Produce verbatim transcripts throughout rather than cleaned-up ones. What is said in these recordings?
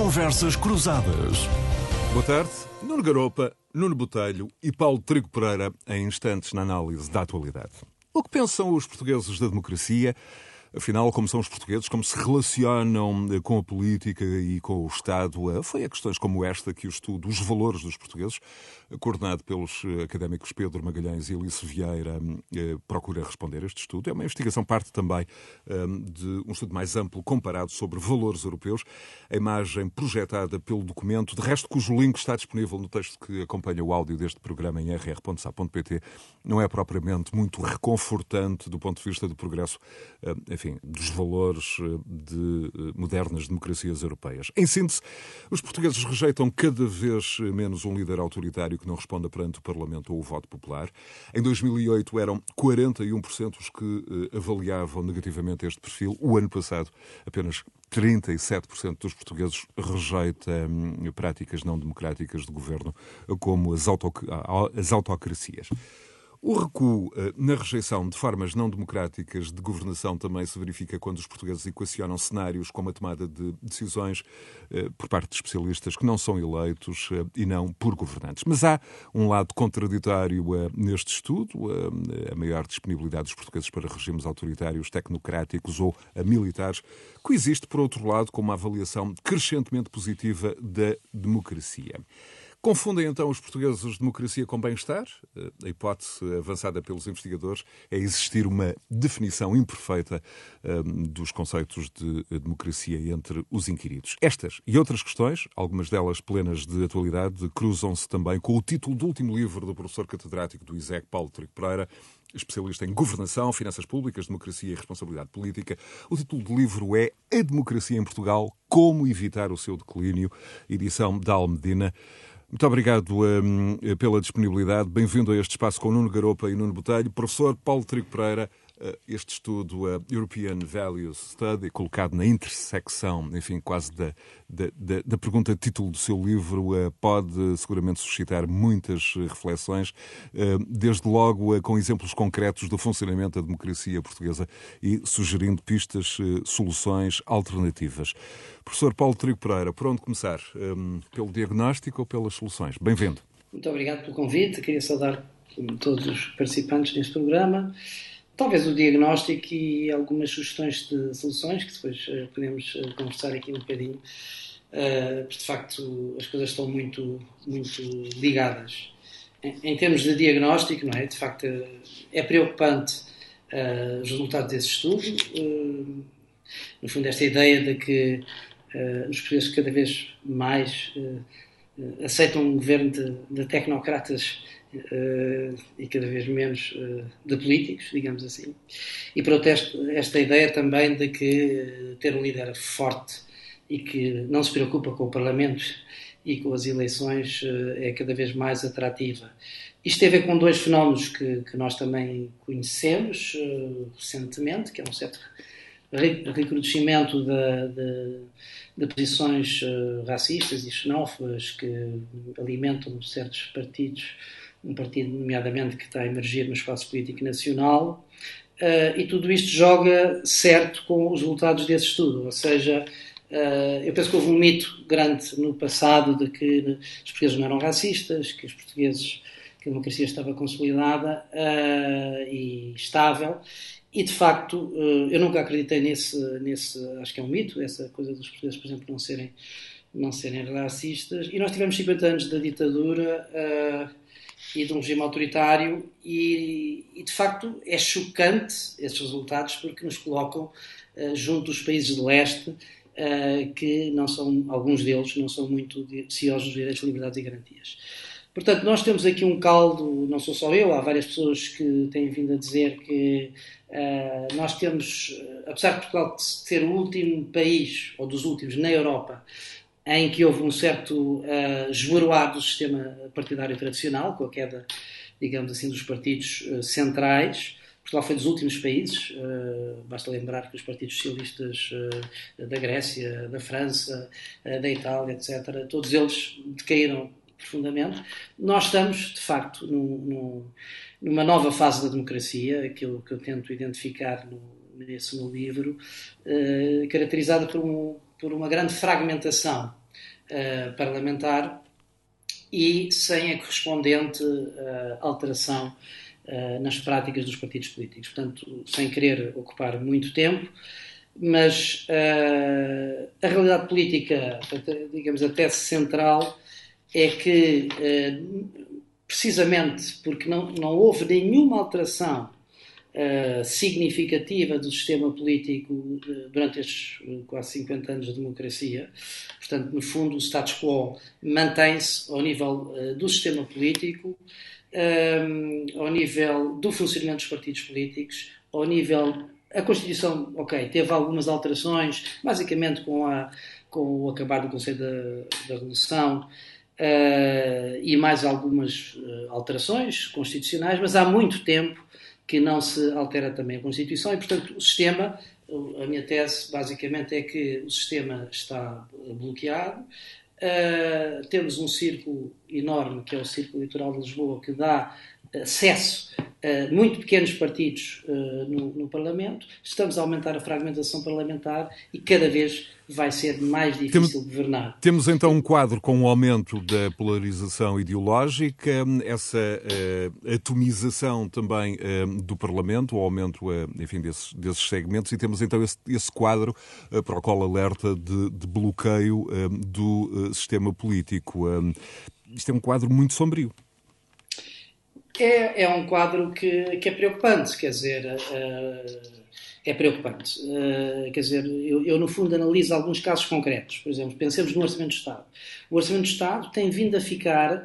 Conversas Cruzadas. Boa tarde. Nuno Garopa, Nuno Botelho e Paulo Trigo Pereira em instantes na análise da atualidade. O que pensam os portugueses da democracia? Afinal, como são os portugueses, como se relacionam com a política e com o Estado? Foi a questões como esta que o estudo Os Valores dos Portugueses, coordenado pelos académicos Pedro Magalhães e Alice Vieira, procura responder a este estudo. É uma investigação, parte também de um estudo mais amplo comparado sobre valores europeus. A imagem projetada pelo documento, de resto cujo link está disponível no texto que acompanha o áudio deste programa em r r ponto s a ponto p t, não é propriamente muito reconfortante do ponto de vista do progresso, enfim, dos valores de modernas democracias europeias. Em síntese, os portugueses rejeitam cada vez menos um líder autoritário que não responda perante o Parlamento ou o voto popular. Em dois mil e oito eram quarenta e um por cento os que avaliavam negativamente este perfil. O ano passado, apenas trinta e sete por cento dos portugueses rejeitam práticas não democráticas de governo, como as, autoc- as autocracias. O recuo na rejeição de formas não democráticas de governação também se verifica quando os portugueses equacionam cenários como a tomada de decisões por parte de especialistas que não são eleitos e não por governantes. Mas há um lado contraditório neste estudo, a maior disponibilidade dos portugueses para regimes autoritários, tecnocráticos ou militares, coexiste, por outro lado, com uma avaliação crescentemente positiva da democracia. Confundem então os portugueses democracia com bem-estar? A hipótese avançada pelos investigadores é existir uma definição imperfeita um, dos conceitos de democracia entre os inquiridos. Estas e outras questões, algumas delas plenas de atualidade, cruzam-se também com o título do último livro do professor catedrático do I S E C, Paulo Trigo Pereira, especialista em governação, finanças públicas, democracia e responsabilidade política. O título do livro é A Democracia em Portugal, Como Evitar o Seu Declínio, edição da Almedina. Muito obrigado um, pela disponibilidade. Bem-vindo a este espaço com Nuno Garopa e Nuno Botelho. Professor Paulo Trigo Pereira, uh, este estudo, uh, European Values Study, colocado na intersecção, enfim, quase da, da, da, da pergunta de título do seu livro, uh, pode seguramente suscitar muitas reflexões, uh, desde logo uh, com exemplos concretos do funcionamento da democracia portuguesa e sugerindo pistas, uh, soluções alternativas. Professor Paulo Trigo Pereira, por onde começar? Um, pelo diagnóstico ou pelas soluções? Bem-vindo. Muito obrigado pelo convite. Queria saudar todos os participantes neste programa. Talvez o diagnóstico e algumas sugestões de soluções, que depois uh, podemos uh, conversar aqui um bocadinho, uh, porque de facto as coisas estão muito, muito ligadas. Em, em termos de diagnóstico, não é? De facto, uh, é preocupante uh, os resultados desse estudo. Uh, no fundo, esta ideia de que Uh, os portugueses cada vez mais uh, uh, aceitam um governo de, de tecnocratas uh, e cada vez menos uh, de políticos, digamos assim. E protesto esta ideia também de que uh, ter um líder forte e que não se preocupa com o Parlamento e com as eleições uh, é cada vez mais atrativa. Isto tem a ver com dois fenómenos que, que nós também conhecemos uh, recentemente, que é um certo recrudescimento de, de, de posições uh, racistas e xenófobas que alimentam certos partidos, um partido nomeadamente que está a emergir no espaço político nacional, uh, e tudo isto joga certo com os resultados desse estudo, ou seja, uh, eu penso que houve um mito grande no passado de que os portugueses não eram racistas, que os portugueses, que a democracia estava consolidada uh, e estável. E, de facto, eu nunca acreditei nesse, nesse, acho que é um mito, essa coisa dos portugueses, por exemplo, não serem, não serem racistas. E nós tivemos cinquenta anos da ditadura uh, e de um regime autoritário e, e, de facto, é chocante esses resultados porque nos colocam uh, junto dos países de leste uh, que não são, alguns deles, não são muito ciosos dos direitos, liberdades e garantias. Portanto, nós temos aqui um caldo, não sou só eu, há várias pessoas que têm vindo a dizer que uh, nós temos, apesar de Portugal ser o último país, ou dos últimos, na Europa, em que houve um certo uh, esboroar do sistema partidário tradicional, com a queda, digamos assim, dos partidos uh, centrais. Portugal foi dos últimos países, uh, basta lembrar que os partidos socialistas uh, da Grécia, da França, uh, da Itália, etcétera, todos eles decaíram profundamente. Nós estamos, de facto, num, num, numa nova fase da democracia, aquilo que eu tento identificar no, nesse meu livro, eh, caracterizada por, um, por uma grande fragmentação uh, parlamentar e sem a correspondente uh, alteração uh, nas práticas dos partidos políticos. Portanto, sem querer ocupar muito tempo, mas uh, a realidade política, digamos, a tese central é que, uh, precisamente porque não, não houve nenhuma alteração Uh, significativa do sistema político uh, durante estes uh, quase cinquenta anos de democracia. Portanto, no fundo, o status quo mantém-se ao nível uh, do sistema político, um, ao nível do funcionamento dos partidos políticos, ao nível... A Constituição, ok, teve algumas alterações, basicamente com, a, com o acabar do Conselho da, da Revolução, uh, e mais algumas uh, alterações constitucionais, mas há muito tempo que não se altera também a Constituição e, portanto, o sistema, a minha tese basicamente é que o sistema está bloqueado. Uh, temos um círculo enorme, que é o Círculo Eleitoral de Lisboa, que dá acesso a muito pequenos partidos uh, no, no Parlamento. Estamos a aumentar a fragmentação parlamentar e cada vez vai ser mais difícil temos, governar. Temos então um quadro com um aumento da polarização ideológica, essa uh, atomização também uh, do Parlamento, o aumento uh, enfim, desses, desses segmentos, e temos então esse, esse quadro uh, para o qual alerta de, de bloqueio uh, do uh, sistema político. Uh, isto é um quadro muito sombrio. É, é um quadro que, que é preocupante, quer dizer, uh, é preocupante. Uh, quer dizer, eu, eu no fundo analiso alguns casos concretos. Por exemplo, pensemos no Orçamento do Estado. O Orçamento do Estado tem vindo a ficar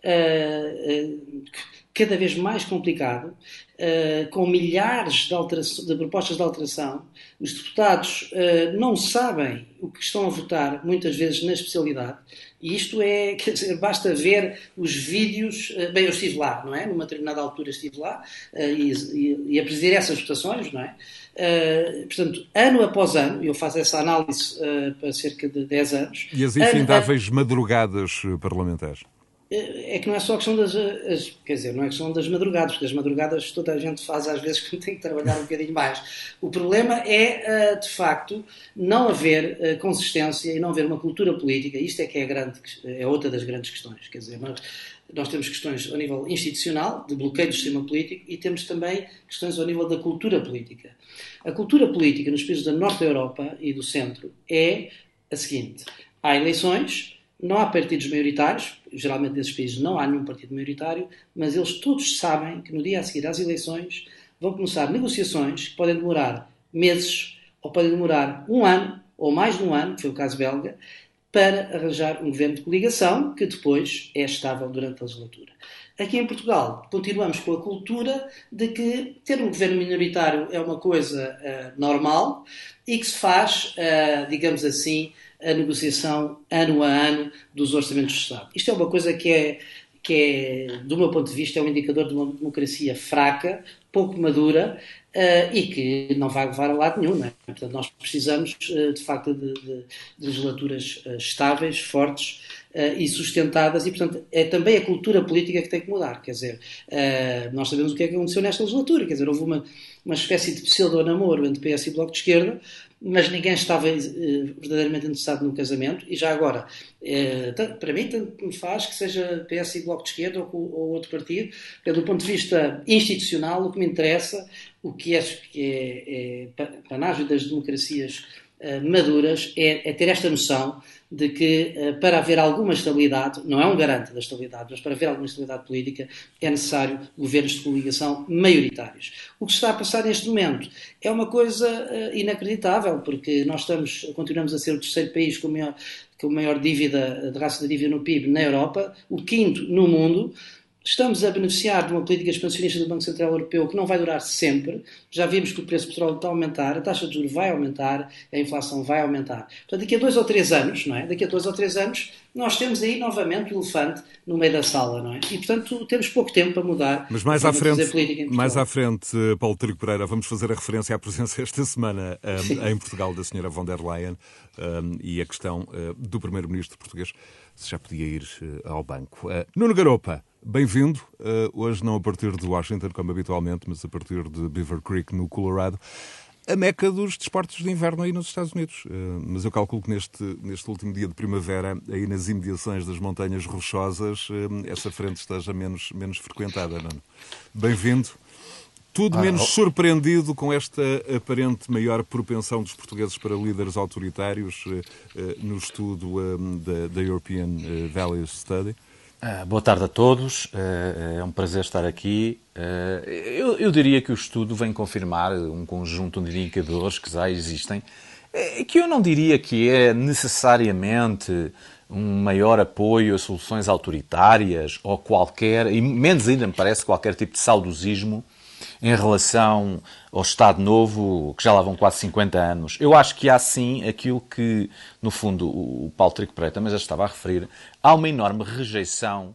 uh, uh, cada vez mais complicado, uh, com milhares de, alteração, de propostas de alteração. Os deputados uh, não sabem o que estão a votar, muitas vezes na especialidade. E isto é, quer dizer, basta ver os vídeos. Bem, eu estive lá, não é? Numa determinada altura estive lá e, e, e a presidir essas votações, não é? Uh, portanto, ano após ano, eu faço essa análise uh, para cerca de dez anos. E as infindáveis ano, madrugadas parlamentares? É que não é só a questão das... As, quer dizer, não é a questão das madrugadas, porque as madrugadas toda a gente faz às vezes quando tem que trabalhar um bocadinho mais. O problema é, de facto, não haver consistência e não haver uma cultura política. Isto é que é, a grande, é outra das grandes questões. Quer dizer, nós, nós temos questões ao nível institucional, de bloqueio do sistema político, e temos também questões ao nível da cultura política. A cultura política nos países da Norte da Europa e do Centro é a seguinte. Há eleições... Não há partidos maioritários, geralmente nesses países não há nenhum partido maioritário, mas eles todos sabem que no dia a seguir às eleições vão começar negociações que podem demorar meses ou podem demorar um ano ou mais de um ano, que foi o caso belga, para arranjar um governo de coligação que depois é estável durante a legislatura. Aqui em Portugal continuamos com a cultura de que ter um governo minoritário é uma coisa uh, normal e que se faz, uh, digamos assim, a negociação ano a ano dos orçamentos do Estado. Isto é uma coisa que é, que é, do meu ponto de vista, é um indicador de uma democracia fraca, pouco madura uh, e que não vai levar a lado nenhum. Não é? Portanto, nós precisamos, uh, de facto, de, de, de legislaturas uh, estáveis, fortes uh, e sustentadas e, portanto, é também a cultura política que tem que mudar. Quer dizer, uh, nós sabemos o que é que aconteceu nesta legislatura. Quer dizer, houve uma, uma espécie de pseudo-namoro entre P S e Bloco de Esquerda, mas ninguém estava eh, verdadeiramente interessado no casamento, e já agora, eh, para mim, tanto me faz que seja P S e Bloco de Esquerda ou, ou outro partido, porque do ponto de vista institucional, o que me interessa, o que acho que é, é panágio das democracias eh, maduras, é, é ter esta noção de que eh, para haver alguma estabilidade, não é um garante da estabilidade, mas para haver alguma estabilidade política é necessário governos de coligação maioritários. O que se está a passar neste momento é uma coisa uh, inacreditável, porque nós estamos, continuamos a ser o terceiro país com a maior, com a maior dívida, de raça da dívida no P I B na Europa, o quinto no mundo. Estamos a beneficiar de uma política expansionista do Banco Central Europeu que não vai durar sempre. Já vimos que o preço do petróleo está a aumentar, a taxa de juros vai aumentar, a inflação vai aumentar. Portanto, daqui a dois ou três anos, não é? Daqui a dois ou três anos, nós temos aí novamente o elefante no meio da sala, não é? E, portanto, temos pouco tempo para mudar. Mas mais à frente, mais à frente, Paulo Trigo Pereira, vamos fazer a referência à presença esta semana um, em Portugal da senhora von der Leyen um, e a questão uh, do primeiro-ministro português se já podia ir uh, ao banco. Uh, Nuno Garopa, bem-vindo. Uh, hoje não a partir de Washington, como habitualmente, mas a partir de Beaver Creek, no Colorado. a meca dos desportos de inverno aí nos Estados Unidos. Mas eu calculo que neste, neste último dia de primavera, aí nas imediações das Montanhas Rochosas, essa frente esteja menos, menos frequentada, Nuno. Bem-vindo. Tudo menos surpreendido com esta aparente maior propensão dos portugueses para líderes autoritários no estudo da, da European Values Study? Uh, boa tarde a todos, uh, é um prazer estar aqui. Uh, eu, eu diria que o estudo vem confirmar um conjunto de indicadores que já existem, uh, que eu não diria que é necessariamente um maior apoio a soluções autoritárias ou qualquer, e menos ainda me parece qualquer tipo de saudosismo em relação ao Estado Novo, que já lá vão quase cinquenta anos. Eu acho que há sim aquilo que, no fundo, o Paulo Trigo Pereira também já estava a referir, há uma enorme rejeição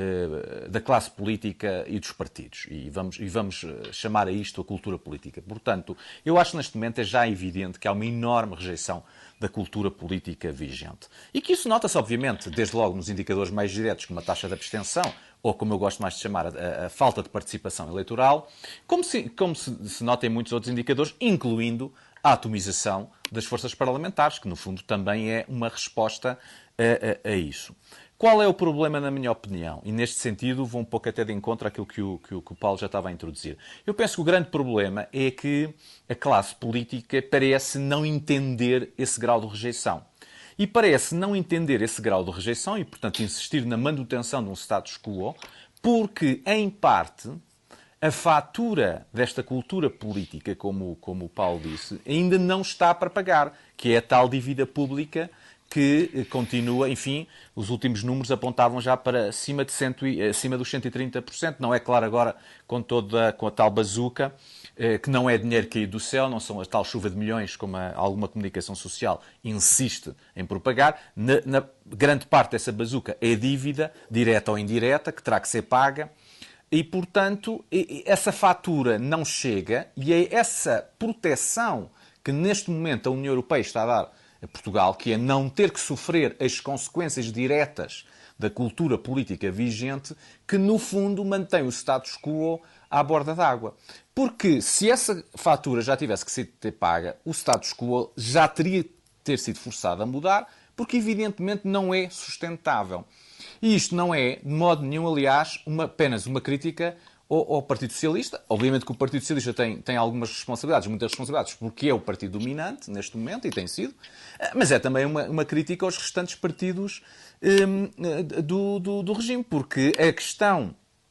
uh, da classe política e dos partidos. E vamos, e vamos chamar a isto a cultura política. Portanto, eu acho que neste momento é já evidente que há uma enorme rejeição da cultura política vigente. E que isso nota-se, obviamente, desde logo nos indicadores mais diretos, como a taxa de abstenção, ou como eu gosto mais de chamar, a, a falta de participação eleitoral, como, se, como se, se nota em muitos outros indicadores, incluindo a atomização das forças parlamentares, que no fundo também é uma resposta a, a, a isso. Qual é o problema, na minha opinião? E neste sentido vou um pouco até de encontro àquilo que o, que o, que o Paulo já estava a introduzir. Eu penso que o grande problema é que a classe política parece não entender esse grau de rejeição. E parece não entender esse grau de rejeição e, portanto, insistir na manutenção de um status quo, porque, em parte, a fatura desta cultura política, como, como o Paulo disse, ainda não está para pagar, que é a tal dívida pública que continua, enfim, os últimos números apontavam já para acima, de cento, acima dos cento e trinta por cento. Não é claro agora com, toda, com a tal bazuca, que não é dinheiro caído do céu, não são a tal chuva de milhões como a, alguma comunicação social insiste em propagar. Na, na grande parte dessa bazuca é dívida, direta ou indireta, que terá que ser paga. E, portanto, essa fatura não chega e é essa proteção que neste momento a União Europeia está a dar a Portugal, que é não ter que sofrer as consequências diretas da cultura política vigente, que no fundo mantém o status quo à borda d'água. Porque se essa fatura já tivesse que ser paga, o status quo já teria de ter sido forçado a mudar, porque evidentemente não é sustentável. E isto não é, de modo nenhum, aliás, uma, apenas uma crítica ao, ao Partido Socialista. Obviamente que o Partido Socialista tem, tem algumas responsabilidades, muitas responsabilidades, porque é o partido dominante neste momento, e tem sido, mas é também uma, uma crítica aos restantes partidos hum, do, do, do regime, porque a questão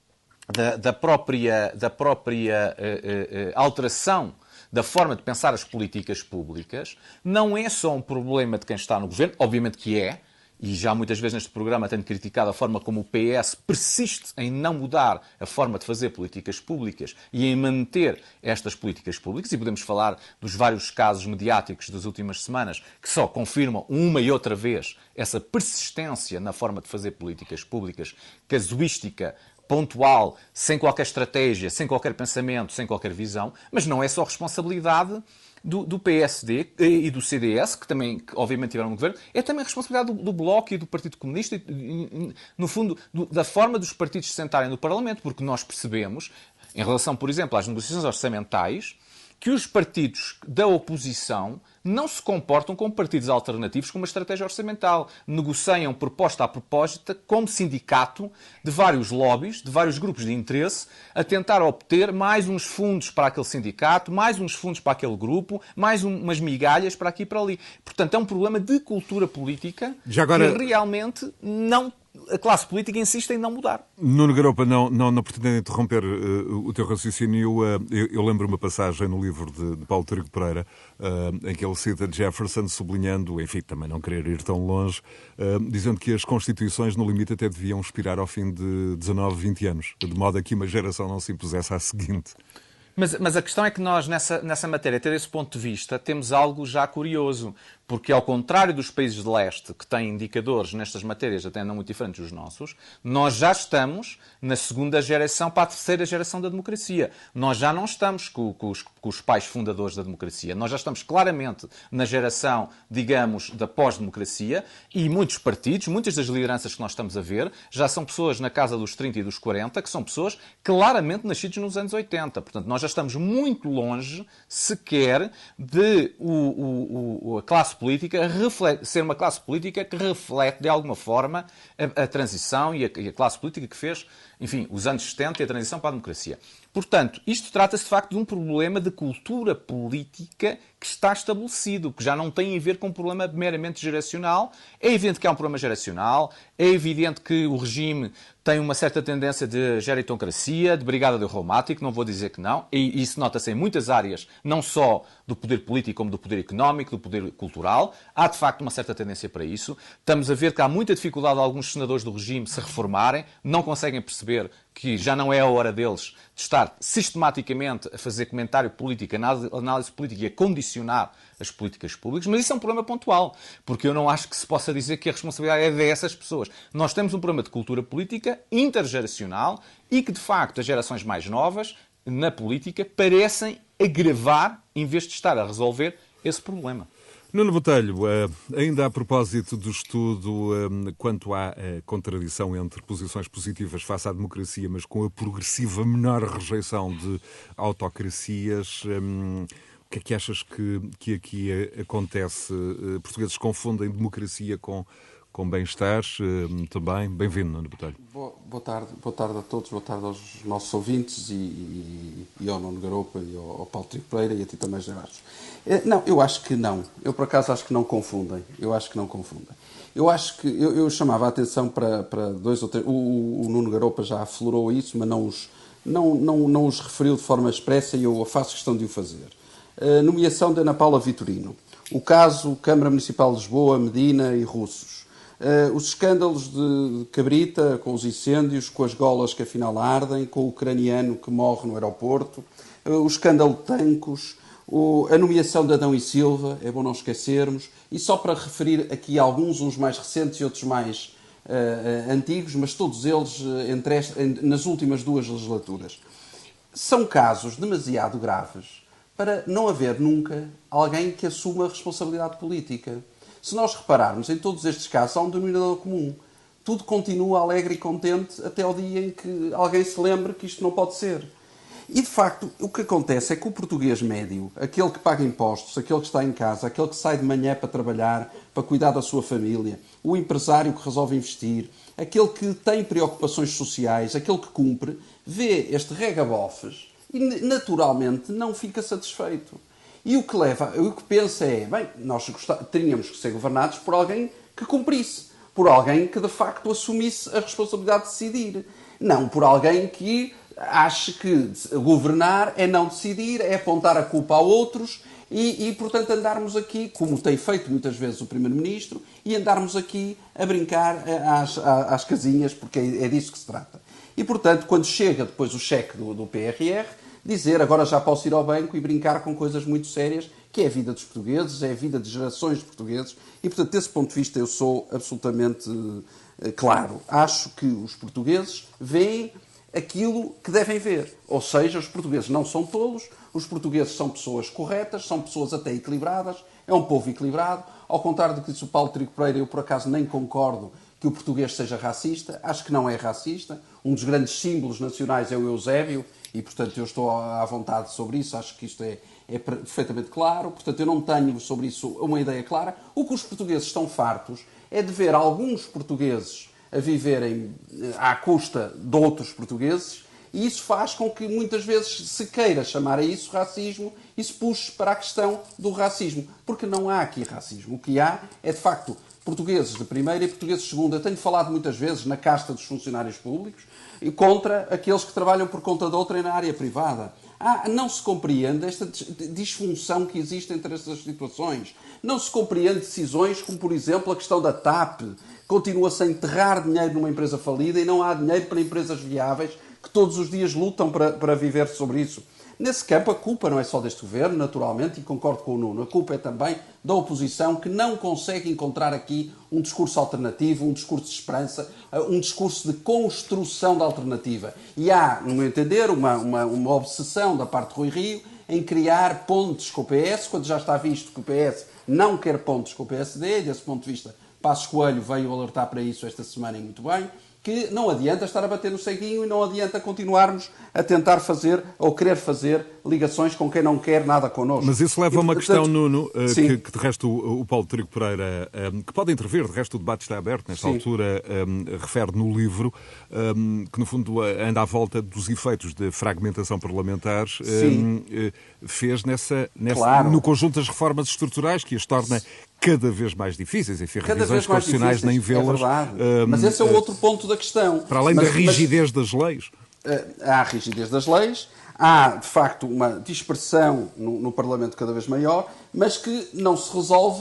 da, da própria, da própria uh, uh, alteração da forma de pensar as políticas públicas não é só um problema de quem está no governo, obviamente que é, e já muitas vezes neste programa tenho criticado a forma como o P S persiste em não mudar a forma de fazer políticas públicas e em manter estas políticas públicas, e podemos falar dos vários casos mediáticos das últimas semanas que só confirmam uma e outra vez essa persistência na forma de fazer políticas públicas, casuística, pontual, sem qualquer estratégia, sem qualquer pensamento, sem qualquer visão, mas não é só responsabilidade do, do P S D e do C D S, que também, que obviamente, tiveram no governo, é também a responsabilidade do, do Bloco e do Partido Comunista, e, no fundo, do, da forma dos partidos se sentarem no Parlamento, porque nós percebemos, em relação, por exemplo, às negociações orçamentais, que os partidos da oposição não se comportam como partidos alternativos com uma estratégia orçamental. Negociam proposta a proposta como sindicato de vários lobbies, de vários grupos de interesse, a tentar obter mais uns fundos para aquele sindicato, mais uns fundos para aquele grupo, mais um, umas migalhas para aqui e para ali. Portanto, é um problema de cultura política Já agora... que realmente não... a classe política insiste em não mudar. Nuno Garopa, não, não, não pretendendo interromper uh, o teu raciocínio, uh, eu, eu lembro uma passagem no livro de, de Paulo Trigo Pereira, uh, em que ele cita Jefferson, sublinhando, enfim, também não querer ir tão longe, uh, dizendo que as constituições, no limite, até deviam expirar ao fim de dezanove, vinte anos, de modo a que uma geração não se impusesse à seguinte. Mas, mas a questão é que nós, nessa, nessa matéria, ter esse ponto de vista, temos algo já curioso. Porque, ao contrário dos países de leste, que têm indicadores nestas matérias até não muito diferentes dos nossos, nós já estamos na segunda geração para a terceira geração da democracia. Nós já não estamos com, com, os, com os pais fundadores da democracia. Nós já estamos claramente na geração, digamos, da pós-democracia, e muitos partidos, muitas das lideranças que nós estamos a ver, já são pessoas na casa dos trinta e dos quarenta, que são pessoas claramente nascidas nos anos oitenta. Portanto, nós já já estamos muito longe, sequer, de o, o, o, a classe política reflete, ser uma classe política que reflete, de alguma forma, a, a transição e a, e a classe política que fez, enfim, os anos setenta e a transição para a democracia. Portanto, isto trata-se, de facto, de um problema de cultura política que está estabelecido, que já não tem a ver com um problema meramente geracional. É evidente que há um problema geracional, é evidente que o regime tem uma certa tendência de gerontocracia, de brigada do reumático, não vou dizer que não, e isso nota-se em muitas áreas, não só do poder político, como do poder económico, do poder cultural. Há, de facto, uma certa tendência para isso. Estamos a ver que há muita dificuldade de alguns senadores do regime se reformarem, não conseguem perceber que já não é a hora deles de estar sistematicamente a fazer comentário político, análise política e a condicionar as políticas públicas, mas isso é um problema pontual, porque eu não acho que se possa dizer que a responsabilidade é dessas pessoas. Nós temos um problema de cultura política intergeracional e que, de facto, as gerações mais novas, na política, parecem agravar, em vez de estar a resolver esse problema. Nuno Botelho, ainda a propósito do estudo quanto à contradição entre posições positivas face à democracia, mas com a progressiva menor rejeição de autocracias, o que é que achas que, que aqui acontece? Portugueses confundem democracia com, com bem-estar também. Bem-vindo, Nuno Botelho. Boa, boa tarde, boa tarde a todos, boa tarde aos nossos ouvintes e, e, e ao Nuno Garopa e ao, ao Paulo Trigo Pereira e a ti também, José Bastos. Não, eu acho que não. Eu, por acaso, acho que não confundem. Eu acho que não confundem. Eu acho que... Eu, eu chamava a atenção para, para dois ou três... O, o Nuno Garopa já aflorou isso, mas não os, não, não, não os referiu de forma expressa e eu faço questão de o fazer. A nomeação de Ana Paula Vitorino. O caso Câmara Municipal de Lisboa, Medina e Russos. Uh, os escândalos de Cabrita, com os incêndios, com as golas que afinal ardem, com o ucraniano que morre no aeroporto, uh, o escândalo de Tancos, o, a nomeação de Adão e Silva, é bom não esquecermos, e só para referir aqui alguns, uns mais recentes e outros mais uh, uh, antigos, mas todos eles uh, entre este, nas últimas duas legislaturas. São casos demasiado graves para não haver nunca alguém que assuma a responsabilidade política. Se nós repararmos, em todos estes casos há um denominador comum. Tudo continua alegre e contente até ao dia em que alguém se lembre que isto não pode ser. E, de facto, o que acontece é que o português médio, aquele que paga impostos, aquele que está em casa, aquele que sai de manhã para trabalhar, para cuidar da sua família, o empresário que resolve investir, aquele que tem preocupações sociais, aquele que cumpre, vê este rega-bofes e, naturalmente, não fica satisfeito. E o que leva, o que pensa é, bem, nós teríamos que ser governados por alguém que cumprisse, por alguém que de facto assumisse a responsabilidade de decidir, não por alguém que ache que governar é não decidir, é apontar a culpa a outros e, e portanto, andarmos aqui, como tem feito muitas vezes o Primeiro-Ministro, e andarmos aqui a brincar às, às casinhas, porque é disso que se trata. E, portanto, quando chega depois o cheque do, do P R R, dizer agora já posso ir ao banco e brincar com coisas muito sérias, que é a vida dos portugueses, é a vida de gerações de portugueses, e, portanto, desse ponto de vista eu sou absolutamente uh, claro. Acho que os portugueses veem aquilo que devem ver. Ou seja, os portugueses não são tolos, os portugueses são pessoas corretas, são pessoas até equilibradas, é um povo equilibrado. Ao contrário do que disse o Paulo Trigo Pereira, eu por acaso nem concordo que o português seja racista, acho que não é racista. Um dos grandes símbolos nacionais é o Eusébio, e, portanto, eu estou à vontade sobre isso, acho que isto é, é perfeitamente claro, portanto, eu não tenho sobre isso uma ideia clara. O que os portugueses estão fartos é de ver alguns portugueses a viverem à custa de outros portugueses, e isso faz com que, muitas vezes, se queira chamar a isso racismo e se puxe para a questão do racismo, porque não há aqui racismo. O que há é, de facto, portugueses de primeira e portugueses de segunda. Eu tenho falado muitas vezes na casta dos funcionários públicos e contra aqueles que trabalham por conta de outra e na área privada. Ah, não se compreende esta disfunção que existe entre estas situações. Não se compreende decisões como, por exemplo, a questão da T A P. Continua-se a enterrar dinheiro numa empresa falida e não há dinheiro para empresas viáveis que todos os dias lutam para, para viver sobre isso. Nesse campo, a culpa não é só deste governo, naturalmente, e concordo com o Nuno. A culpa é também da oposição, que não consegue encontrar aqui um discurso alternativo, um discurso de esperança, um discurso de construção da alternativa. E há, no meu entender, uma, uma, uma obsessão da parte de Rui Rio em criar pontes com o P S, quando já está visto que o P S não quer pontes com o P S D. Desse ponto de vista, Passos Coelho veio alertar para isso esta semana e muito bem. que não adianta estar a bater no ceguinho e não adianta continuarmos a tentar fazer ou querer fazer ligações com quem não quer nada connosco. Mas isso leva a uma e, questão, portanto, Nuno, que, que de resto o, o Paulo Trigo Pereira, um, que pode intervir, de resto o debate está aberto, nesta sim. altura um, refere no livro, um, que no fundo anda à volta dos efeitos de fragmentação parlamentar, um, fez nessa, nessa claro. no conjunto das reformas estruturais que as torna cada vez mais difíceis, enfim, cada revisões constitucionais nem vê-las. É um, mas esse é o outro ponto da questão. Para além mas, da rigidez mas, das leis. Há a rigidez das leis, há de facto uma dispersão no, no Parlamento cada vez maior, mas que não se resolve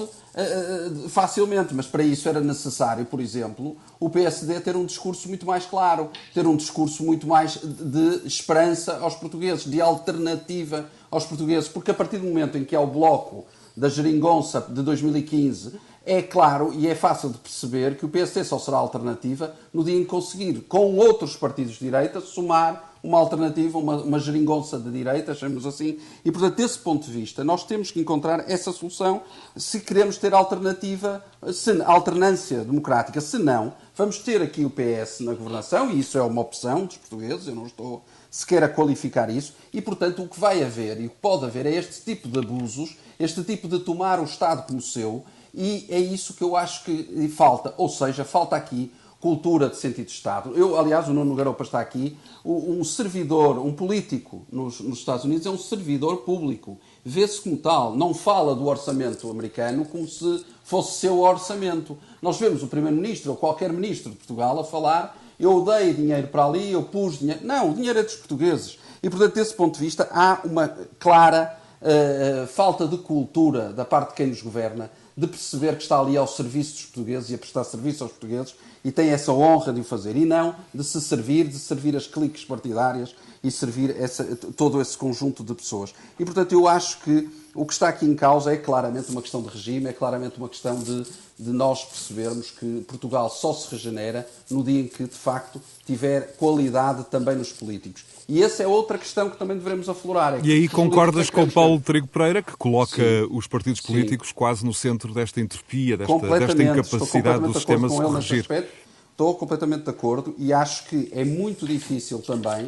uh, facilmente. Mas para isso era necessário, por exemplo, o P S D ter um discurso muito mais claro, ter um discurso muito mais de, de esperança aos portugueses, de alternativa aos portugueses, porque a partir do momento em que há o bloco da geringonça de dois mil e quinze, é claro e é fácil de perceber que o P S D só será alternativa no dia em que conseguir, com outros partidos de direita, somar uma alternativa, uma, uma geringonça de direita, chamemos assim. E, portanto, desse ponto de vista, nós temos que encontrar essa solução se queremos ter alternativa, se, alternância democrática. Se não, vamos ter aqui o P S na governação, e isso é uma opção dos portugueses, eu não estou sequer a qualificar isso, e, portanto, o que vai haver e o que pode haver é este tipo de abusos, este tipo de tomar o Estado como seu. E é isso que eu acho que falta. Ou seja, falta aqui cultura de sentido de Estado. Eu, aliás, o Nuno Garopa está aqui. Um servidor, um político nos, nos Estados Unidos é um servidor público. Vê-se como tal. Não fala do orçamento americano como se fosse seu orçamento. Nós vemos o Primeiro-Ministro ou qualquer Ministro de Portugal a falar: eu dei dinheiro para ali, eu pus dinheiro. Não, o dinheiro é dos portugueses. E, portanto, desse ponto de vista, há uma clara uh, falta de cultura da parte de quem nos governa, de perceber que está ali ao serviço dos portugueses e a prestar serviço aos portugueses e tem essa honra de o fazer. E não de se servir, de servir as cliques partidárias e servir essa, todo esse conjunto de pessoas. E, portanto, eu acho que o que está aqui em causa é claramente uma questão de regime, é claramente uma questão de, de nós percebermos que Portugal só se regenera no dia em que, de facto, tiver qualidade também nos políticos. E essa é outra questão que também devemos aflorar. É e aí concordas com o Paulo Trigo Pereira, que coloca sim, os partidos políticos sim. quase no centro desta entropia, desta, desta incapacidade do sistema se corrigir? Estou completamente de acordo e acho que é muito difícil também, uh,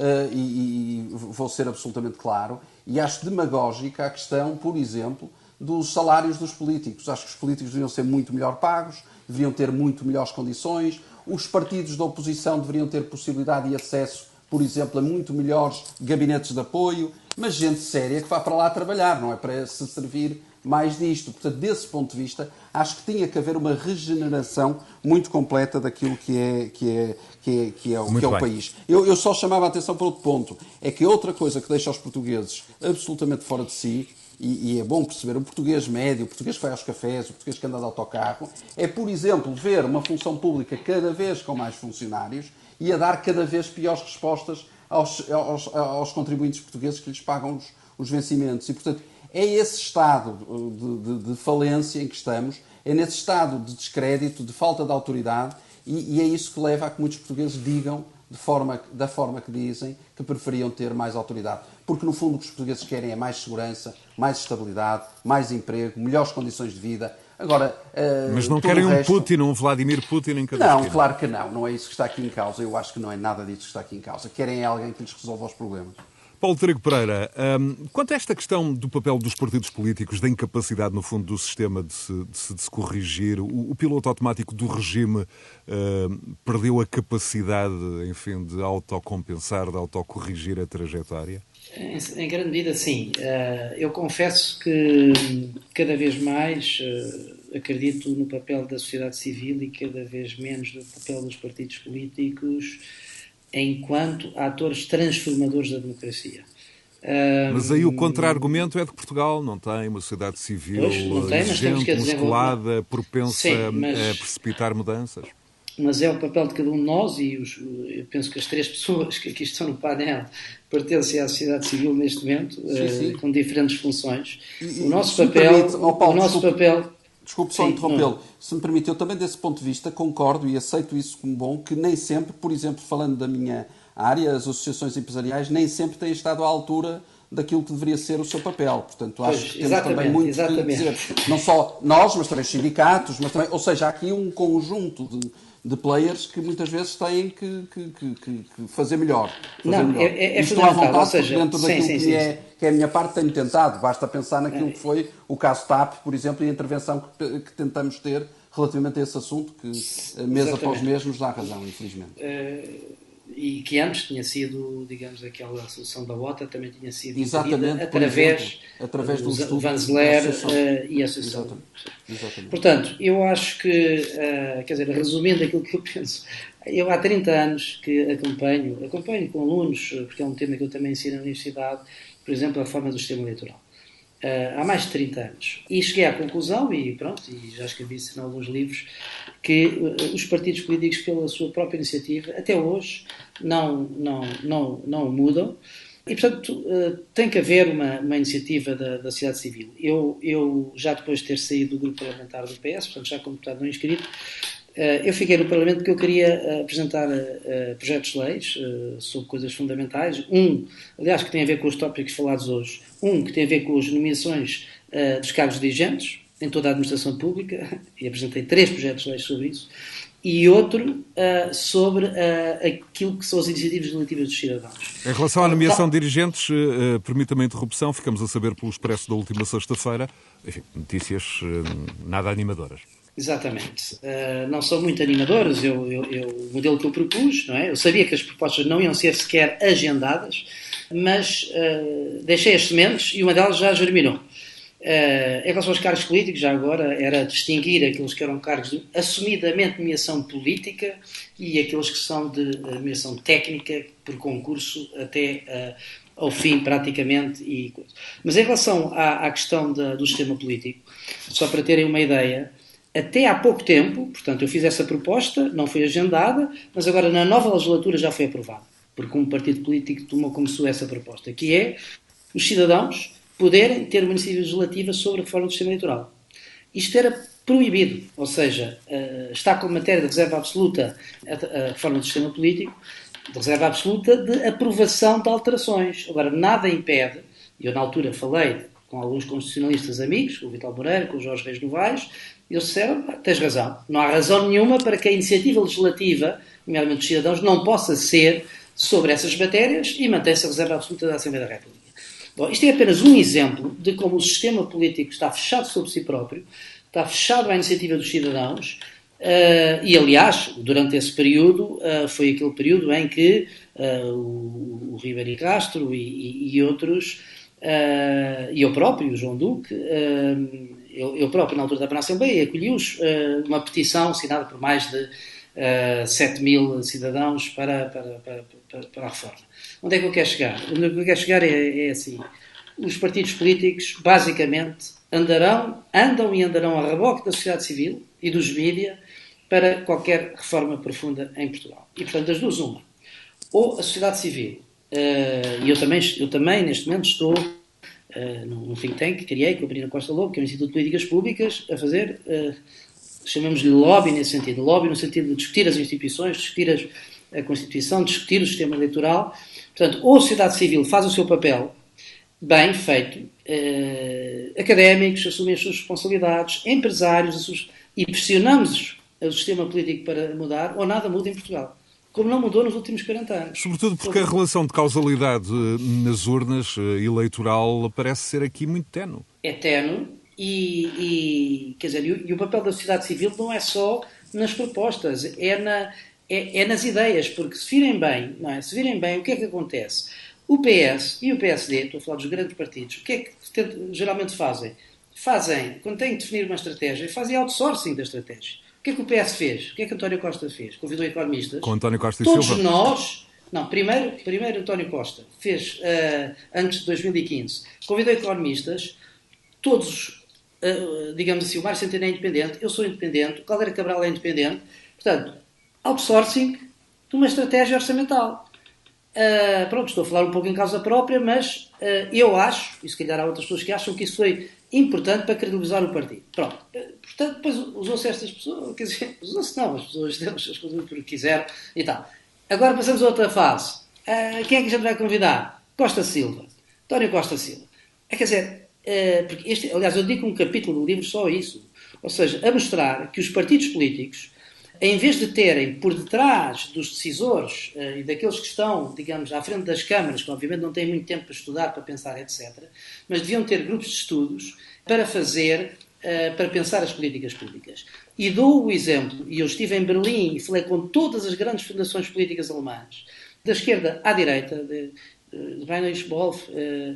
e, e vou ser absolutamente claro, e acho demagógica a questão, por exemplo, dos salários dos políticos. Acho que os políticos deveriam ser muito melhor pagos, deveriam ter muito melhores condições, os partidos da oposição deveriam ter possibilidade e acesso, por exemplo, a muito melhores gabinetes de apoio, mas gente séria que vá para lá trabalhar, não é para se servir mais disto. Portanto, desse ponto de vista, acho que tinha que haver uma regeneração muito completa daquilo que é, que é, que é, que é, o, que é o país. Eu, eu só chamava a atenção para outro ponto. É que outra coisa que deixa os portugueses absolutamente fora de si, e, e é bom perceber, o português médio, o português que vai aos cafés, o português que anda de autocarro, é, por exemplo, ver uma função pública cada vez com mais funcionários e a dar cada vez piores respostas aos, aos, aos contribuintes portugueses que lhes pagam os, os vencimentos. E, portanto, é esse estado de, de, de falência em que estamos, é nesse estado de descrédito, de falta de autoridade, e, e é isso que leva a que muitos portugueses digam, de forma, da forma que dizem, que preferiam ter mais autoridade. Porque, no fundo, o que os portugueses querem é mais segurança, mais estabilidade, mais emprego, melhores condições de vida. Agora, uh, mas não querem um resto... Putin, um Vladimir Putin em cada Não, esquina. claro que não. Não é isso que está aqui em causa. Eu acho que não é nada disso que está aqui em causa. Querem alguém que lhes resolva os problemas. Paulo Trigo Pereira, um, quanto a esta questão do papel dos partidos políticos, da incapacidade, no fundo, do sistema de se, de se, de se corrigir, o, o piloto automático do regime uh, perdeu a capacidade, enfim, de autocompensar, de autocorrigir a trajetória? Em, em grande medida, sim. Uh, eu confesso que cada vez mais uh, acredito no papel da sociedade civil e cada vez menos no papel dos partidos políticos enquanto atores transformadores da democracia. Mas aí o contra-argumento é de que Portugal não tem uma sociedade civil pois, não tem, exigente, musculada, propensa Sim, mas, a precipitar mudanças. Mas é o papel de cada um de nós, e os, eu penso que as três pessoas que aqui estão no painel pertencem à sociedade civil neste momento, sim, sim. Uh, com diferentes funções. E, o nosso papel... Permite, oh, Paulo, o nosso desculpe, papel... Desculpe só interrompê-lo. Se me permite, eu também desse ponto de vista concordo e aceito isso como bom, que nem sempre, por exemplo, falando da minha área, as associações empresariais nem sempre têm estado à altura daquilo que deveria ser o seu papel. Portanto, acho pois, que temos também muito que dizer. Não só nós, mas também os sindicatos, mas também, ou seja, há aqui um conjunto de, de players que muitas vezes têm que, que, que, que fazer melhor. Fazer não, melhor. é, é Estou à vontade, ou seja, dentro sim, daquilo sim, que, sim, é, sim. que é a minha parte, tenho tentado. Basta pensar naquilo que foi o caso TAP, por exemplo, e a intervenção que, que tentamos ter relativamente a esse assunto, que mês Exatamente. após mês nos dá razão, infelizmente. Uh, e que antes tinha sido, digamos, aquela solução da OTA, também tinha sido Exatamente, através, exemplo, através do do Vanzeler uh, e a associação. Exatamente. Exatamente. Portanto, eu acho que, uh, quer dizer, resumindo aquilo que eu penso, eu há trinta anos que acompanho, acompanho com alunos, porque é um tema que eu também ensino na universidade, por exemplo, a reforma do sistema eleitoral. Uh, há mais de trinta anos. E cheguei à conclusão, e pronto, e já escrevi isso em alguns livros, que uh, os partidos políticos, pela sua própria iniciativa, até hoje, não, não, não, não mudam. E, portanto, uh, tem que haver uma, uma iniciativa da, da sociedade civil. Eu, eu, já depois de ter saído do grupo parlamentar do P S, portanto, já como deputado não inscrito, Uh, eu fiquei no Parlamento porque eu queria uh, apresentar uh, projetos de leis uh, sobre coisas fundamentais. Um, aliás, que tem a ver com os tópicos falados hoje. Um, que tem a ver com as nomeações uh, dos cargos dirigentes em toda a administração pública, e apresentei três projetos de leis sobre isso. E outro uh, sobre uh, aquilo que são as iniciativas legislativas dos cidadãos. Em relação à nomeação de dirigentes, uh, permita-me a interrupção, ficamos a saber pelo Expresso da última sexta-feira, enfim, notícias uh, nada animadoras. Exatamente. Uh, não são muito animadoras, eu, eu, eu, o modelo que eu propus, não é? Eu sabia que as propostas não iam ser sequer agendadas, mas uh, deixei as sementes e uma delas já germinou. Uh, em relação aos cargos políticos, já agora, era distinguir aqueles que eram cargos de assumidamente nomeação política e aqueles que são de nomeação técnica, por concurso, até uh, ao fim, praticamente. E... Mas em relação à, à questão da, do sistema político, só para terem uma ideia, até há pouco tempo, portanto, eu fiz essa proposta, não foi agendada, mas agora na nova legislatura já foi aprovada, porque um partido político tomou como sua essa proposta, que é os cidadãos poderem ter uma iniciativa legislativa sobre a reforma do sistema eleitoral. Isto era proibido, ou seja, está como matéria de reserva absoluta a reforma do sistema político, de reserva absoluta de aprovação de alterações. Agora, nada impede, e eu na altura falei com alguns constitucionalistas amigos, com o Vital Moreira, com o Jorge Reis Novaes, e eles disseram, tens razão, não há razão nenhuma para que a iniciativa legislativa, nomeadamente dos cidadãos, não possa ser sobre essas matérias e mantém-se a reserva absoluta da Assembleia da República. Bom, isto é apenas um exemplo de como o sistema político está fechado sobre si próprio, está fechado à iniciativa dos cidadãos, uh, e aliás, durante esse período, uh, foi aquele período em que uh, o, o Ribeiro Castro e, e, e outros, uh, e eu próprio, o João Duque, uh, eu, eu próprio, na altura da Assembleia, acolhi-os uh, uma petição assinada por mais de uh, sete mil cidadãos para, para, para, para, para a reforma. Onde é que eu quero chegar? Onde é que eu quero chegar é, é assim, os partidos políticos, basicamente, andarão, andam e andarão a reboque da sociedade civil e dos mídias para qualquer reforma profunda em Portugal. E, portanto, das duas, uma. Ou a sociedade civil, uh, e eu também, eu também, neste momento, estou uh, num think tank que criei, com a Marina Costa Lobo, que é o Instituto de Políticas Públicas, a fazer, uh, chamamos-lhe lobby nesse sentido. Lobby no sentido de discutir as instituições, discutir as, a Constituição, discutir o sistema eleitoral. Portanto, ou a sociedade civil faz o seu papel bem feito, eh, académicos assumem as suas responsabilidades, empresários suas, e pressionamos o sistema político para mudar, ou nada muda em Portugal. Como não mudou nos últimos quarenta anos. Sobretudo porque a relação de causalidade nas urnas eleitoral parece ser aqui muito ténue. É ténue e, e, quer dizer, e, e o papel da sociedade civil não é só nas propostas, é na... É, é nas ideias, porque se virem bem, não é? Se virem bem, o que é que acontece? O P S e o P S D, estou a falar dos grandes partidos, o que é que geralmente fazem? Fazem, quando têm de definir uma estratégia, fazem outsourcing da estratégia. O que é que o P S fez? O que é que António Costa fez? Convidou economistas. Com António Costa e Todos Silva. nós... Não, primeiro, primeiro António Costa fez, uh, antes de dois mil e quinze, convidou economistas, todos, uh, digamos assim, o Mário Centeno é independente, eu sou independente, o Caldeira Cabral é independente, portanto, outsourcing de uma estratégia orçamental. Uh, pronto, estou a falar um pouco em causa própria, mas uh, eu acho, e se calhar há outras pessoas que acham que isso foi importante para credibilizar o partido. Pronto. Uh, portanto, depois usou-se estas pessoas, quer dizer, usou-se não, as pessoas deram as coisas porque quiseram e tal. Agora passamos a outra fase. Uh, quem é que a gente vai convidar? Costa Silva. António Costa Silva. É, quer dizer, uh, porque este, aliás, eu dedico um capítulo do livro só a isso. Ou seja, a mostrar que os partidos políticos em vez de terem por detrás dos decisores uh, e daqueles que estão, digamos, à frente das câmaras, que obviamente não têm muito tempo para estudar, para pensar, etcétera, mas deviam ter grupos de estudos para fazer, uh, para pensar as políticas públicas. E dou o exemplo, e eu estive em Berlim e falei com todas as grandes fundações políticas alemãs, da esquerda à direita, de uh, Heinrich Wolf, uh,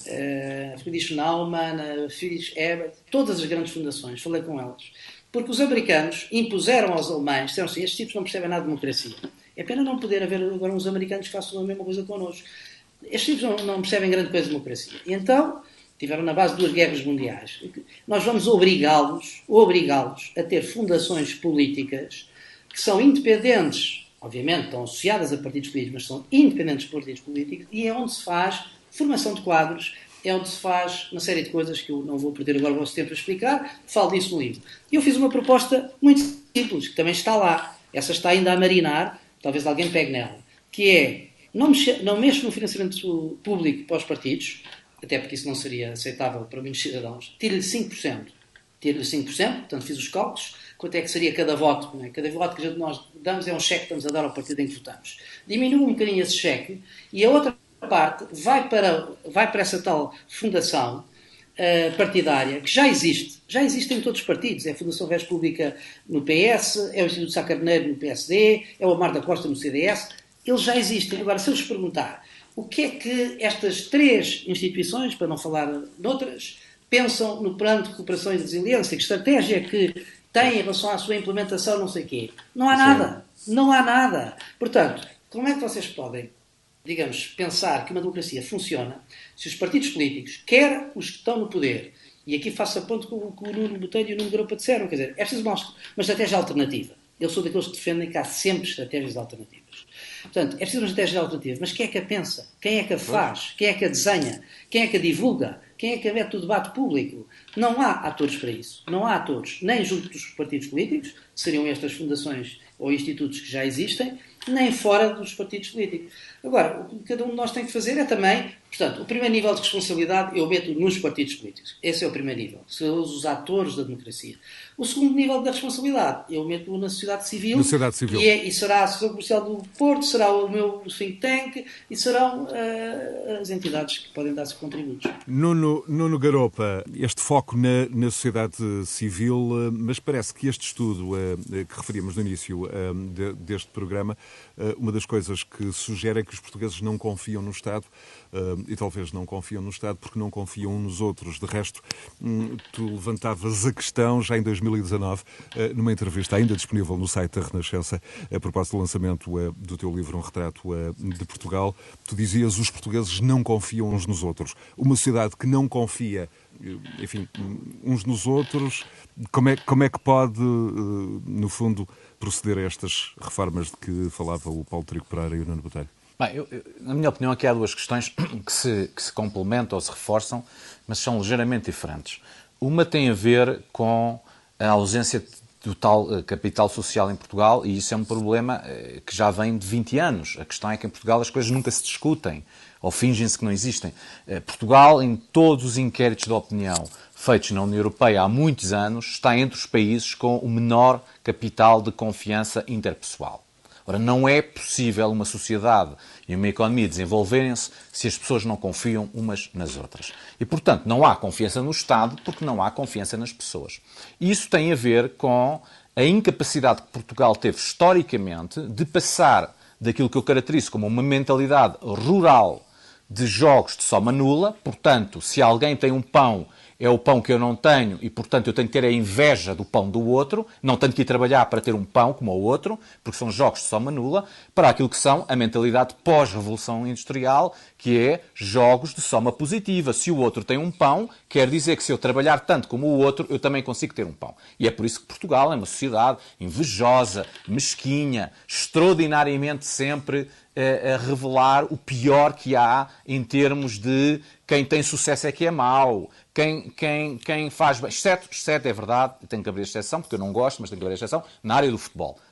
uh, Friedrich Naumann, uh, Friedrich Ebert, todas as grandes fundações, falei com elas. Porque os americanos impuseram aos alemães, disseram assim, estes tipos não percebem nada de democracia. É pena não poder haver agora uns americanos que façam a mesma coisa connosco. Estes tipos não, não percebem grande coisa de democracia. E então, tiveram na base duas guerras mundiais. Nós vamos obrigá-los, obrigá-los a ter fundações políticas que são independentes, obviamente estão associadas a partidos políticos, mas são independentes de partidos políticos, e é onde se faz formação de quadros, é onde se faz uma série de coisas que eu não vou perder agora o vosso tempo a explicar, falo disso no livro. E eu fiz uma proposta muito simples, que também está lá. Essa está ainda a marinar, talvez alguém pegue nela, que é, não mexa, não mexa no financiamento público para os partidos, até porque isso não seria aceitável para muitos cidadãos, tire-lhe cinco por cento. Tire-lhe cinco por cento, portanto fiz os cálculos, quanto é que seria cada voto, não é? Cada voto que nós damos é um cheque que estamos a dar ao partido em que votamos. Diminui um bocadinho esse cheque, e a outra parte vai para, vai para essa tal fundação uh, partidária que já existe, já existe em todos os partidos, é a Fundação Res Pública no P S, é o Instituto Sá Carneiro no P S D, é o Amar da Costa no C D S, eles já existem. Agora, se eu vos perguntar o que é que estas três instituições, para não falar noutras, pensam no plano de recuperação e resiliência, que estratégia é que têm em relação à sua implementação, não sei o quê, não há nada, não há nada. Portanto, como é que vocês podem, digamos, pensar que uma democracia funciona se os partidos políticos, quer os que estão no poder, e aqui faço a ponto com o que o Nuno Botelho e o Nuno Garopa disseram, quer dizer, é preciso uma, uma estratégia alternativa. Eu sou daqueles que defendem que há sempre estratégias alternativas. Portanto, é preciso uma estratégia alternativa, mas quem é que a pensa? Quem é que a faz? Quem é que a desenha? Quem é que a divulga? Quem é que a mete o debate público? Não há atores para isso. Não há atores, nem junto dos partidos políticos, que seriam estas fundações ou institutos que já existem, nem fora dos partidos políticos. Agora, o que cada um de nós tem que fazer é também, portanto, o primeiro nível de responsabilidade eu meto nos partidos políticos. Esse é o primeiro nível. São os atores da democracia. O segundo nível da responsabilidade eu meto na sociedade civil. Na sociedade civil. E, é, e será a Associação Comercial do Porto, será o meu think tank e serão uh, as entidades que podem dar-se contributos. Nuno, Nuno Garopa, este foco na, na sociedade civil, mas parece que este estudo uh, que referíamos no início uh, de, deste programa, uh, uma das coisas que sugere é que os portugueses não confiam no Estado, uh, e talvez não confiam no Estado porque não confiam uns nos outros. De resto, um, tu levantavas a questão já em dois mil e dezanove, uh, numa entrevista ainda disponível no site da Renascença, a propósito do lançamento uh, do teu livro Um Retrato uh, de Portugal, tu dizias os portugueses não confiam uns nos outros. Uma sociedade que não confia, enfim, uns nos outros, como é, como é que pode, uh, no fundo, proceder a estas reformas de que falava o Paulo Trigo Pereira e o Nuno Botelho? Bem, eu, eu, na minha opinião, aqui há duas questões que se, que se complementam ou se reforçam, mas são ligeiramente diferentes. Uma tem a ver com a ausência do tal capital social em Portugal, e isso é um problema que já vem de vinte anos. A questão é que em Portugal as coisas nunca se discutem, ou fingem-se que não existem. Portugal, em todos os inquéritos de opinião feitos na União Europeia há muitos anos, está entre os países com o menor capital de confiança interpessoal. Ora, não é possível uma sociedade e uma economia desenvolverem-se se as pessoas não confiam umas nas outras. E, portanto, não há confiança no Estado porque não há confiança nas pessoas. E isso tem a ver com a incapacidade que Portugal teve historicamente de passar daquilo que eu caracterizo como uma mentalidade rural de jogos de soma nula. Portanto, se alguém tem um pão, é o pão que eu não tenho e, portanto, eu tenho que ter a inveja do pão do outro, não tenho que ir trabalhar para ter um pão como o outro, porque são jogos de soma nula, para aquilo que são a mentalidade pós-revolução industrial, que é jogos de soma positiva. Se o outro tem um pão, quer dizer que se eu trabalhar tanto como o outro, eu também consigo ter um pão. E é por isso que Portugal é uma sociedade invejosa, mesquinha, extraordinariamente sempre a revelar o pior que há em termos de quem tem sucesso é que é mau, quem, quem, quem faz bem, exceto, exceto, é verdade, tenho que abrir a exceção, porque eu não gosto, mas tenho que abrir a exceção, na área do futebol.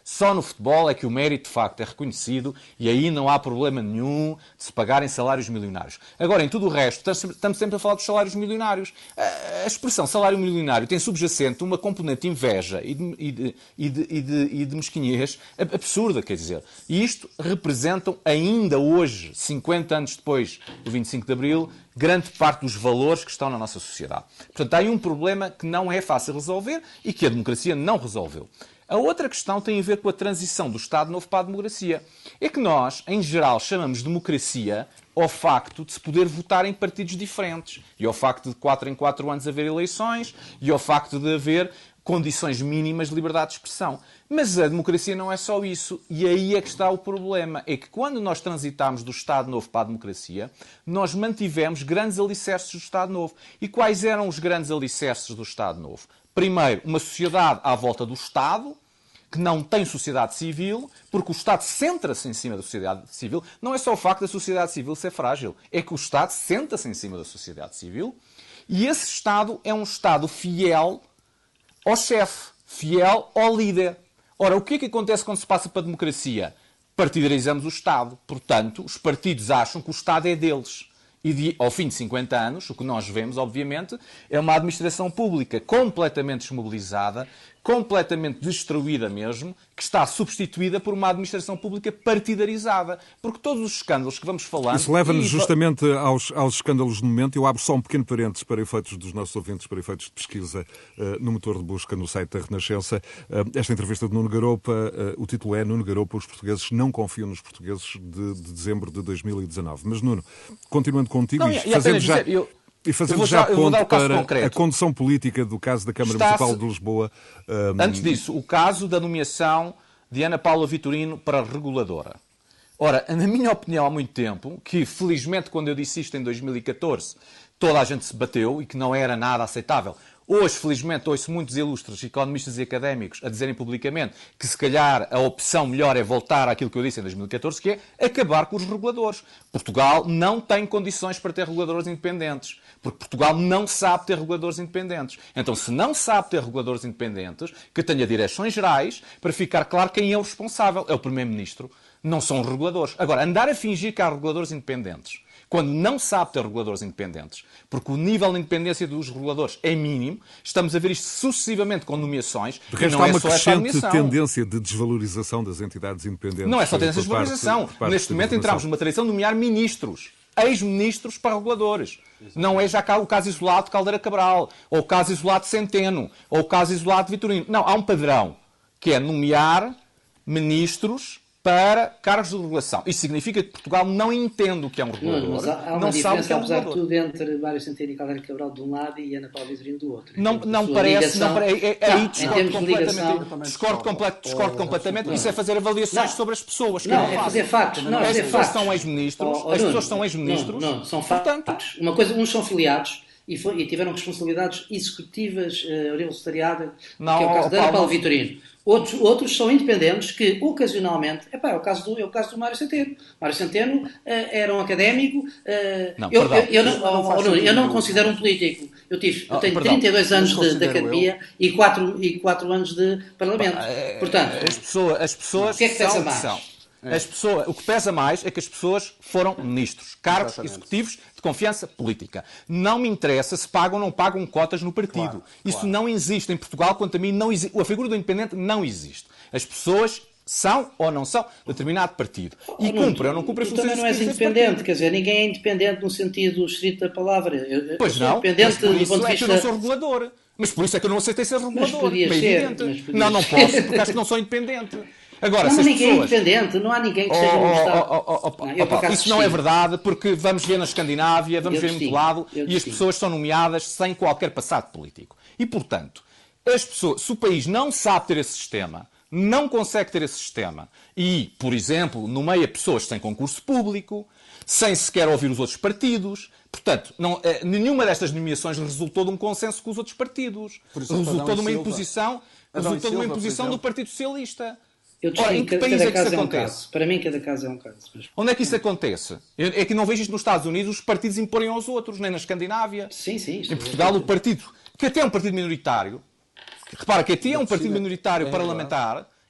Só no futebol é que o mérito, de facto, é reconhecido e aí não há problema nenhum de se pagarem salários milionários. Agora, em tudo o resto, estamos sempre a falar dos salários milionários. A expressão salário milionário tem subjacente uma componente de inveja e de, e de, e de, e de, e de mesquinhez absurda, quer dizer. E isto representam ainda hoje, cinquenta anos depois do vinte e cinco de Abril, grande parte dos valores que estão na nossa sociedade. Portanto, há aí um problema que não é fácil resolver e que a democracia não resolveu. A outra questão tem a ver com a transição do Estado Novo para a democracia. É que nós, em geral, chamamos de democracia ao facto de se poder votar em partidos diferentes e ao facto de quatro em quatro anos haver eleições e ao facto de haver condições mínimas de liberdade de expressão. Mas a democracia não é só isso. E aí é que está o problema. É que quando nós transitámos do Estado Novo para a democracia, nós mantivemos grandes alicerces do Estado Novo. E quais eram os grandes alicerces do Estado Novo? Primeiro, uma sociedade à volta do Estado, que não tem sociedade civil, porque o Estado centra-se em cima da sociedade civil. Não é só o facto da sociedade civil ser frágil, é que o Estado senta-se em cima da sociedade civil. E esse Estado é um Estado fiel ao chefe, fiel ao líder. Ora, o que é que acontece quando se passa para a democracia? Partidarizamos o Estado. Portanto, os partidos acham que o Estado é deles. E de, ao fim de cinquenta anos, o que nós vemos, obviamente, é uma administração pública completamente desmobilizada, completamente destruída mesmo, que está substituída por uma administração pública partidarizada. Porque todos os escândalos que vamos falando... Isso leva-nos e... justamente aos, aos escândalos do momento. Eu abro só um pequeno parênteses para efeitos dos nossos ouvintes, para efeitos de pesquisa uh, no motor de busca no site da Renascença. Uh, esta entrevista de Nuno Garopa, uh, o título é Nuno Garopa, os portugueses não confiam nos portugueses de, de dezembro de dois mil e dezanove. Mas, Nuno, continuando contigo, não, isto, e, e fazendo já... dizer, eu... E fazendo já ponto para concreto. a condução política do caso da Câmara Está-se... Municipal de Lisboa. Um... Antes disso, o caso da nomeação de Ana Paula Vitorino para reguladora. Ora, na minha opinião, há muito tempo, que felizmente quando eu disse isto em dois mil e catorze, toda a gente se bateu e que não era nada aceitável. Hoje, felizmente, ouço muitos ilustres economistas e académicos a dizerem publicamente que, se calhar, a opção melhor é voltar àquilo que eu disse em dois mil e catorze, que é acabar com os reguladores. Portugal não tem condições para ter reguladores independentes, porque Portugal não sabe ter reguladores independentes. Então, se não sabe ter reguladores independentes, que tenha direções gerais para ficar claro quem é o responsável. É o Primeiro-Ministro, não são os reguladores. Agora, andar a fingir que há reguladores independentes quando não sabe ter reguladores independentes, porque o nível de independência dos reguladores é mínimo, estamos a ver isto sucessivamente com nomeações. De resto, não há é uma só crescente tendência de desvalorização das entidades independentes. Não é só tendência de por parte- desvalorização. por parte Neste da momento entramos governação. numa tradição de nomear ministros, ex-ministros para reguladores. Não é já cá o caso isolado de Caldeira Cabral, ou o caso isolado de Centeno, ou o caso isolado de Vitorino. Não, há um padrão, que é nomear ministros para cargos de regulação. Isso significa que Portugal não entende o que é um regulador, Não, mas há, há uma não sabe o que diferença, é um apesar de regulador. tudo, entre Mário Centeno e Caldeira Cabral de um lado e Ana Paula Vitorino do outro. Não, Portanto, a não sua parece, ligação- não parece, é, é Não, aí em discordo termos de completamente, ligação- discordo, complet, discordo completamente, isso é fazer avaliações Não. sobre as pessoas, que Não, não é faço. fazer factos. Não, é As fazer pessoas factos. são ex-ministros, Oh, oh, as Nuno, pessoas são ex-ministros, Não, não, são portanto... factos. Uma coisa, uns são filiados e, foi, e tiveram responsabilidades executivas uh, universitariadas, Não, que é o caso oh, da Ana Paulo, Paula Vitorino. Outros, outros são independentes que, ocasionalmente, epá, é, o caso do, é o caso do Mário Centeno. Mário Centeno uh, era um académico. Uh, Não, eu, eu, perdão. eu, não, Isso não oh, faz oh, Nuno, eu sentido não nenhum. considero um político. Eu, tive, eu Oh, tenho perdão. trinta e dois anos Não de, de considero academia e quatro, e quatro anos de parlamento. É, Portanto, as pessoas, as pessoas o que é que pesa são, mais? são. As pessoas, o que pesa mais é que as pessoas foram ministros, cargos Exatamente. executivos de confiança política. Não me interessa se pagam ou não pagam cotas no partido. Claro, Isso claro. não existe em Portugal, quanto a mim, não existe. A figura do independente não existe. As pessoas são ou não são determinado partido. E cumprem ou não cumprem tu funções também não és executivas desse independente, partido. quer dizer, ninguém é independente no sentido estrito da palavra. Eu, eu Pois sou não, independente mas por do isso ponto de é que eu não vista. sou regulador. Mas por isso é que eu não aceitei ser regulador. podia é ser, evidente. mas podia Não, não ser. posso, porque acho que não sou independente. Agora, Não, se mas as ninguém é pessoas... independente, não há ninguém que Oh, seja um oh, Estado. oh, oh, oh, Não, oh, eu, por oh, acaso, isso não é distingo. verdade, porque vamos ver na Escandinávia, vamos Eu ver em distingo, todo lado, eu e as distingo. pessoas são nomeadas sem qualquer passado político. E, portanto, as pessoas, se o país não sabe ter esse sistema, não consegue ter esse sistema, e, por exemplo, nomeia pessoas sem concurso público, sem sequer ouvir os outros partidos, portanto, não, eh, nenhuma destas nomeações resultou de um consenso com os outros partidos. Por exemplo, Resultou Adão de uma e Silva. imposição, Adão e resultou de uma Silva, por imposição do exemplo. Partido Socialista. Eu Ora, em distingo, que cada, país cada é que isso caso é um acontece? caso. Para mim, cada caso é um caso. Mas... Onde é que isso acontece? Eu- É que não vejo isto nos Estados Unidos, os partidos imporem aos outros, nem na Escandinávia. Sim, sim. isto Em é- Portugal, o partido, que até é um partido minoritário, repara que até é um partido China, minoritário é parlamentar,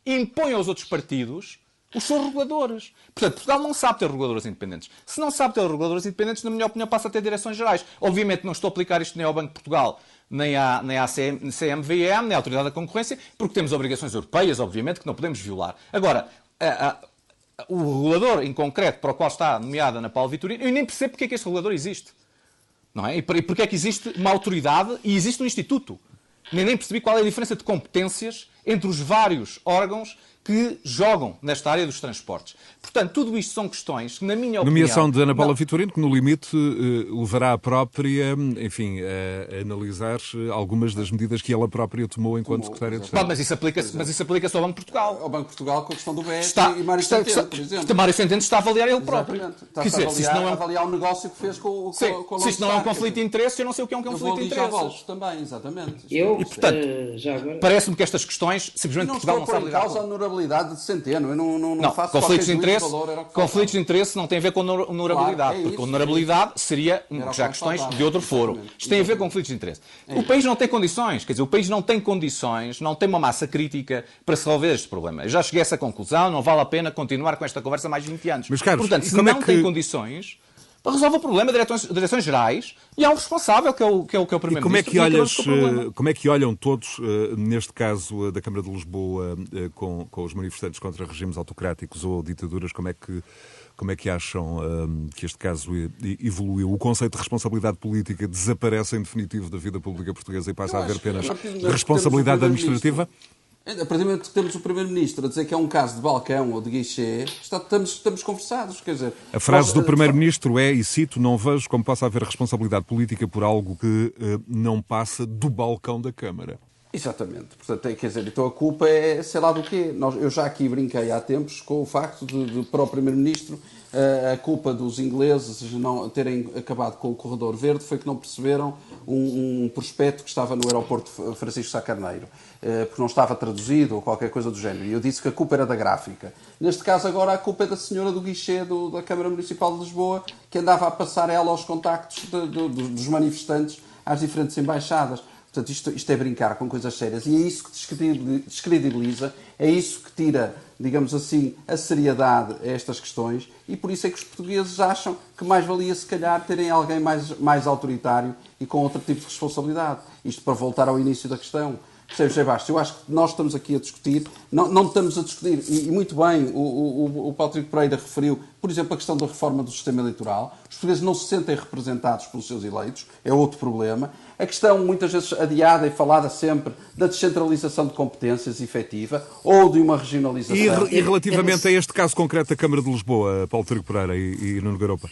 impõe aos outros partidos os seus reguladores. Portanto, Portugal não sabe ter reguladores independentes. Se não sabe ter reguladores independentes, na minha opinião, passa a ter direções gerais. Obviamente, não estou a aplicar isto nem ao Banco de Portugal, nem à, nem à C M V M, nem à Autoridade da Concorrência, porque temos obrigações europeias, obviamente, que não podemos violar. Agora, a, a, o regulador em concreto para o qual está nomeada Ana Paula Vitorino, eu nem percebo porque é que este regulador existe. Não é? E porque é que existe uma autoridade e existe um instituto. Nem, nem percebi qual é a diferença de competências entre os vários órgãos que jogam nesta área dos transportes. Portanto, tudo isto são questões que, na minha opinião... Nomeação de Ana Paula não... Vitorino, que no limite levará a própria, enfim, a analisar algumas das medidas que ela própria tomou enquanto Secretária de Estado. Mas isso aplica-se mas isso aplica-se ao Banco de Portugal. Ao Banco de Portugal com a questão do B E S está, e Mário está, Centeno, está, por exemplo. Está, Mário Centeno está a avaliar ele próprio. Exatamente. Está Quer dizer, a avaliar, se isto não é um... avaliar o negócio que fez com, Sim, com, com a se isto não é um conflito de interesses, interesses, eu não sei o que é um conflito de interesses. também, exatamente. Eu, E, portanto, uh, já agora... parece-me que estas questões, simplesmente não Portugal não estou a sabe pôr em lidar causa com. a honorabilidade de Centeno. Eu não, não, não, Não, faço conflitos de qualquer juízo interesse, de valor, era o que conflitos de faltava. interesse não tem a ver com honorabilidade, Claro, é porque isso, honorabilidade seria um, Era o já que questões faltava, de outro foro. exatamente, Isto tem a ver exatamente. com conflitos de interesse. É O país não tem condições, quer dizer, o país não tem condições, não tem uma massa crítica para se resolver este problema. Eu já cheguei a essa conclusão, não vale a pena continuar com esta conversa mais de vinte anos. Mas, Carlos, portanto, e se como não é que- tem condições, resolve o problema, direções, direções gerais, e há um responsável, que é o, que é o, que é o E como é Primeiro-Ministro. que e acabamos olhas, com o problema. eh, como é que olham todos, eh, neste caso eh, da Câmara de Lisboa, eh, com, com os manifestantes contra regimes autocráticos ou ditaduras, como é que, como é que acham eh, que este caso e- e- evoluiu? O conceito de responsabilidade política desaparece em definitivo da vida pública portuguesa e passa Eu a haver acho que, apenas a partir do momento que responsabilidade temos o administrativa? A partir do momento que temos o Primeiro-Ministro a dizer que é um caso de balcão ou de guichê, está- estamos, estamos conversados. Quer dizer, A frase nós, do eh, Primeiro-Ministro é, e cito, não vejo como possa haver responsabilidade política por algo que eh, não passa do balcão da Câmara. Exatamente. Portanto, é, quer dizer, então a culpa é sei lá do quê. Nós, eu já aqui brinquei há tempos com o facto de, de para o Primeiro-Ministro, eh, a culpa dos ingleses não terem acabado com o Corredor Verde foi que não perceberam um, um prospecto que estava no aeroporto Francisco Sá Carneiro, eh, porque não estava traduzido ou qualquer coisa do género. E eu disse que a culpa era da gráfica. Neste caso, agora, a culpa é da senhora do guichê do, da Câmara Municipal de Lisboa, que andava a passar ela aos contactos de, de, de, dos manifestantes às diferentes embaixadas. Portanto, isto, isto é brincar com coisas sérias e é isso que descredibiliza, é isso que tira, digamos assim, a seriedade a estas questões e por isso é que os portugueses acham que mais valia, se calhar, terem alguém mais, mais autoritário e com outro tipo de responsabilidade. Isto para voltar ao início da questão. Percebes, José Bastos? Eu acho que nós estamos aqui a discutir, não, não estamos a discutir, e, e muito bem, o, o, o Paulo Trigo Pereira referiu, por exemplo, a questão da reforma do sistema eleitoral. Os portugueses não se sentem representados pelos seus eleitos, é outro problema. A questão, muitas vezes adiada e falada sempre, da descentralização de competências efetiva ou de uma regionalização. E, re- e relativamente a este caso concreto da Câmara de Lisboa, Paulo Trigo Pereira e, e Nuno Garopa?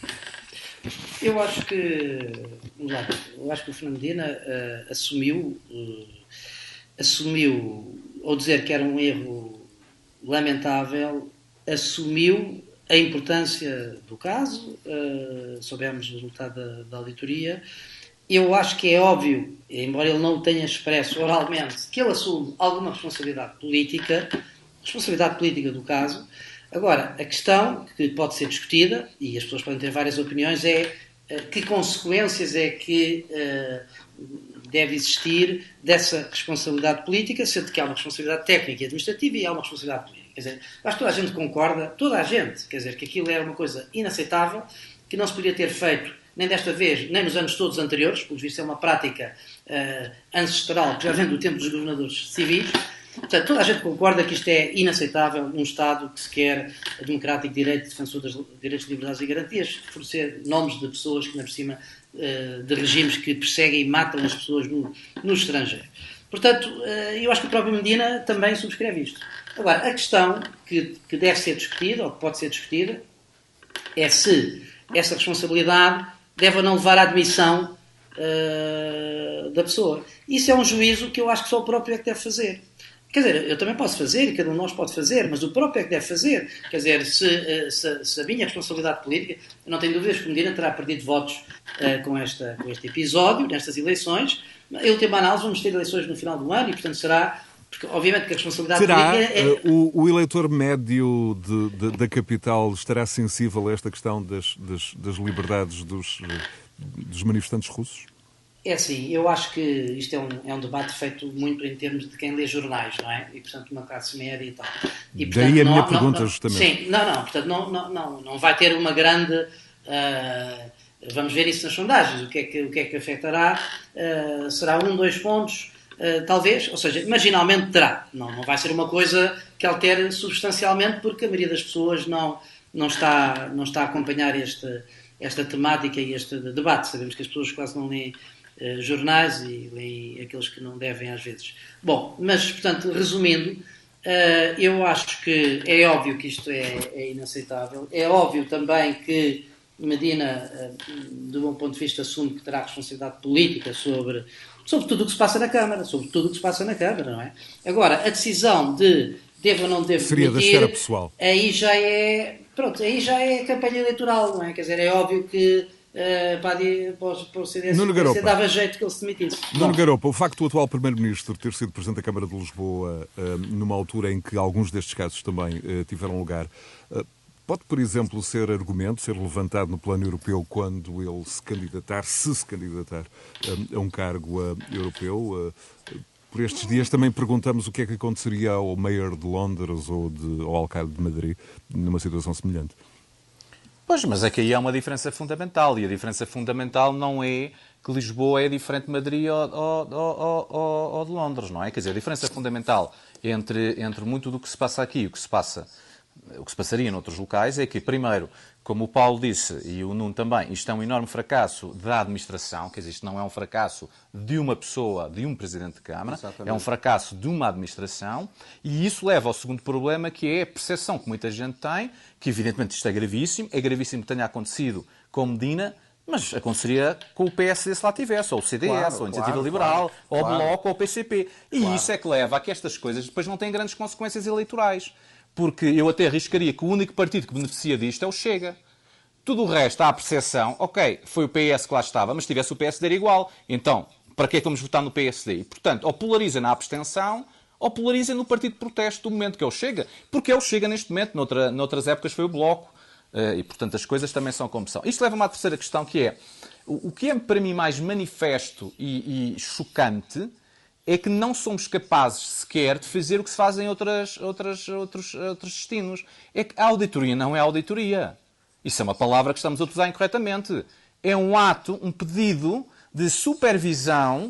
Eu acho que, vamos lá, eu acho que o Fernando Medina uh, assumiu, uh, assumiu, ao dizer que era um erro lamentável, assumiu a importância do caso, uh, soubemos o resultado da, da auditoria. Eu acho que é óbvio, embora ele não o tenha expresso oralmente, que ele assume alguma responsabilidade política, responsabilidade política do caso. Agora, a questão que pode ser discutida, e as pessoas podem ter várias opiniões, é uh, que consequências é que uh, deve existir dessa responsabilidade política, sendo que há uma responsabilidade técnica e administrativa e há uma responsabilidade política. Quer dizer, acho que toda a gente concorda, toda a gente, quer dizer, que aquilo era uma coisa inaceitável, que não se podia ter feito nem desta vez, nem nos anos todos anteriores, pelo visto é uma prática uh, ancestral que já vem do tempo dos governadores civis. Portanto, toda a gente concorda que isto é inaceitável num Estado que se quer democrático, direito, defensor dos direitos, liberdades e garantias, fornecer nomes de pessoas que, na por cima, uh, de regimes que perseguem e matam as pessoas no, no estrangeiro. Portanto, uh, eu acho que o próprio Medina também subscreve isto. Agora, a questão que, que deve ser discutida, ou que pode ser discutida, é se essa responsabilidade deve ou não levar à admissão uh, da pessoa. Isso é um juízo que eu acho que só o próprio é que deve fazer. Quer dizer, eu também posso fazer, e cada um de nós pode fazer, mas o próprio é que deve fazer. Quer dizer, se, se, se a minha responsabilidade política, eu não tenho dúvidas que o Medina terá perdido votos uh, com, esta, com este episódio, nestas eleições. Em última análise, vamos ter eleições no final do ano e, portanto, será... Porque, obviamente, que a responsabilidade Será política é... uh, o, o eleitor médio de, de, da capital estará sensível a esta questão das, das, das liberdades dos, dos manifestantes russos? É assim, eu acho que isto é um, é um debate feito muito em termos de quem lê jornais, não é? E, portanto, uma classe média e tal. E, portanto, Daí a não, minha não, pergunta, não, justamente. Sim, não, não, portanto, não, não, não, não vai ter uma grande... Uh, vamos ver isso nas sondagens, o que é que, o que, é que afetará. Uh, será um, dois pontos, uh, talvez, ou seja, marginalmente terá. Não, não vai ser uma coisa que altere substancialmente, porque a maioria das pessoas não, não, está, não está a acompanhar este, esta temática e este debate. Sabemos que as pessoas quase não leem uh, jornais e leem aqueles que não devem às vezes. Bom, mas, portanto, resumindo, uh, eu acho que é óbvio que isto é, é inaceitável. É óbvio também que Medina, do meu ponto de vista, assume que terá responsabilidade política sobre, sobre tudo o que se passa na Câmara, sobre tudo o que se passa na Câmara, não é? Agora, a decisão de devo ou não devo seria demitir, da esfera pessoal. Aí já é, pronto, aí já é campanha eleitoral, não é? Quer dizer, é óbvio que uh, para, para o C D S dava jeito que ele se demitisse. Nuno Garopa, o facto do atual Primeiro-Ministro ter sido Presidente da Câmara de Lisboa uh, numa altura em que alguns destes casos também uh, tiveram lugar, uh, pode, por exemplo, ser argumento, ser levantado no plano europeu quando ele se candidatar, se se candidatar a um cargo uh, europeu? Uh, por estes dias também perguntamos o que é que aconteceria ao Mayor de Londres ou de, ao Alcalde de Madrid numa situação semelhante. Pois, mas é que aí há uma diferença fundamental, e a diferença fundamental não é que Lisboa é diferente de Madrid ou, ou, ou, ou, ou de Londres, não é? Quer dizer, a diferença fundamental entre, entre muito do que se passa aqui e o que se passa o que se passaria noutros locais é que, primeiro, como o Paulo disse, e o Nuno também, isto é um enorme fracasso da administração, quer dizer, isto não é um fracasso de uma pessoa, de um Presidente de Câmara, Exatamente. É um fracasso de uma administração, e isso leva ao segundo problema, que é a percepção que muita gente tem, que evidentemente isto é gravíssimo, é gravíssimo que tenha acontecido com Medina, mas aconteceria com o P S D se lá tivesse, ou o C D S, claro, ou a Iniciativa claro, Liberal, claro, ou o claro. Bloco, ou o P C P. E claro. Isso é que leva a que estas coisas depois não têm grandes consequências eleitorais. Porque eu até arriscaria que o único partido que beneficia disto é o Chega. Tudo o resto, há a percepção, ok, foi o P S que lá estava, mas se tivesse o P S D era igual. Então, para que é que vamos votar no P S D? E, portanto, ou polariza na abstenção, ou polariza no partido de protesto do momento, que é o Chega. Porque é o Chega neste momento, noutra, noutras épocas foi o Bloco. E, portanto, as coisas também são como são. Isto leva-me à terceira questão, que é, o que é para mim mais manifesto e, e chocante é que não somos capazes sequer de fazer o que se faz em outras, outras, outros, outros destinos. É que a auditoria não é auditoria. Isso é uma palavra que estamos a utilizar incorretamente. É um ato, um pedido de supervisão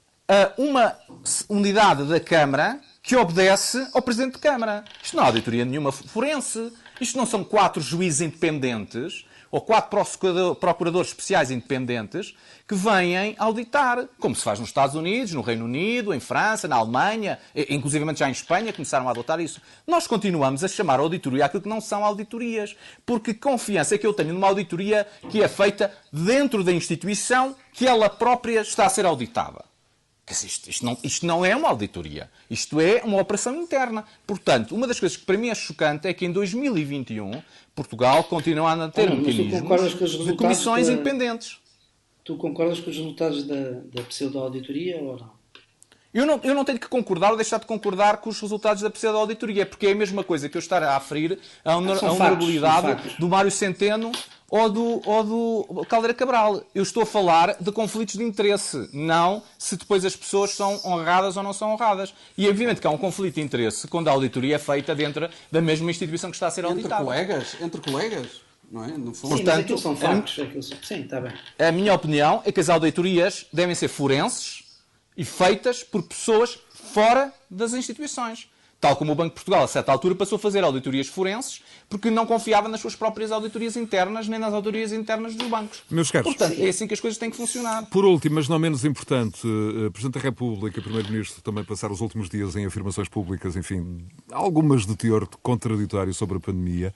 a uma unidade da Câmara que obedece ao Presidente de Câmara. Isto não é auditoria nenhuma forense. Isto não são quatro juízes independentes ou quatro procuradores especiais independentes que vêm auditar, como se faz nos Estados Unidos, no Reino Unido, em França, na Alemanha, inclusivamente já em Espanha, começaram a adotar isso. Nós continuamos a chamar auditoria aquilo que não são auditorias, porque confiança é que eu tenho numa auditoria que é feita dentro da instituição que ela própria está a ser auditada. Isto, isto, não, isto não é uma auditoria. Isto é uma operação interna. Portanto, uma das coisas que para mim é chocante é que em dois mil e vinte e um Portugal continua a ter ah, mecanismos de comissões da... independentes. Tu concordas com os resultados da, da pseudo-auditoria ou não? Eu não, eu não tenho que concordar ou deixar de concordar com os resultados da pseudo-auditoria, porque é a mesma coisa que eu estar a aferir a, a honorabilidade do Mário Centeno ou do, ou do Caldeira Cabral. Eu estou a falar de conflitos de interesse, não se depois as pessoas são honradas ou não são honradas. E obviamente que há um conflito de interesse quando a auditoria é feita dentro da mesma instituição que está a ser auditada. Entre colegas? Entre colegas? Não é? No fundo. Sim, Portanto, mas aquilo são factos. Aquilo são... Sim, está bem. A minha opinião é que as auditorias devem ser forenses e feitas por pessoas fora das instituições. Tal como o Banco de Portugal, a certa altura, passou a fazer auditorias forenses porque não confiava nas suas próprias auditorias internas nem nas auditorias internas dos bancos. Meus caros, portanto, é assim que as coisas têm que funcionar. Por último, mas não menos importante, o Presidente da República e o Primeiro-Ministro também passaram os últimos dias em afirmações públicas, enfim, algumas de teor contraditório sobre a pandemia.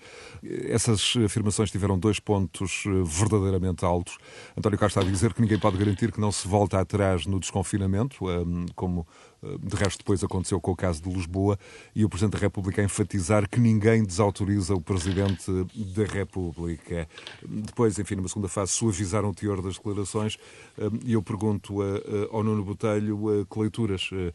Essas afirmações tiveram dois pontos verdadeiramente altos. António Costa a dizer que ninguém pode garantir que não se volta atrás no desconfinamento, como de resto depois aconteceu com o caso de Lisboa, e o Presidente da República a enfatizar que ninguém desautoriza o Presidente da República. Depois, enfim, numa segunda fase, suavizaram o teor das declarações, e eu pergunto ao Nuno Botelho que leituras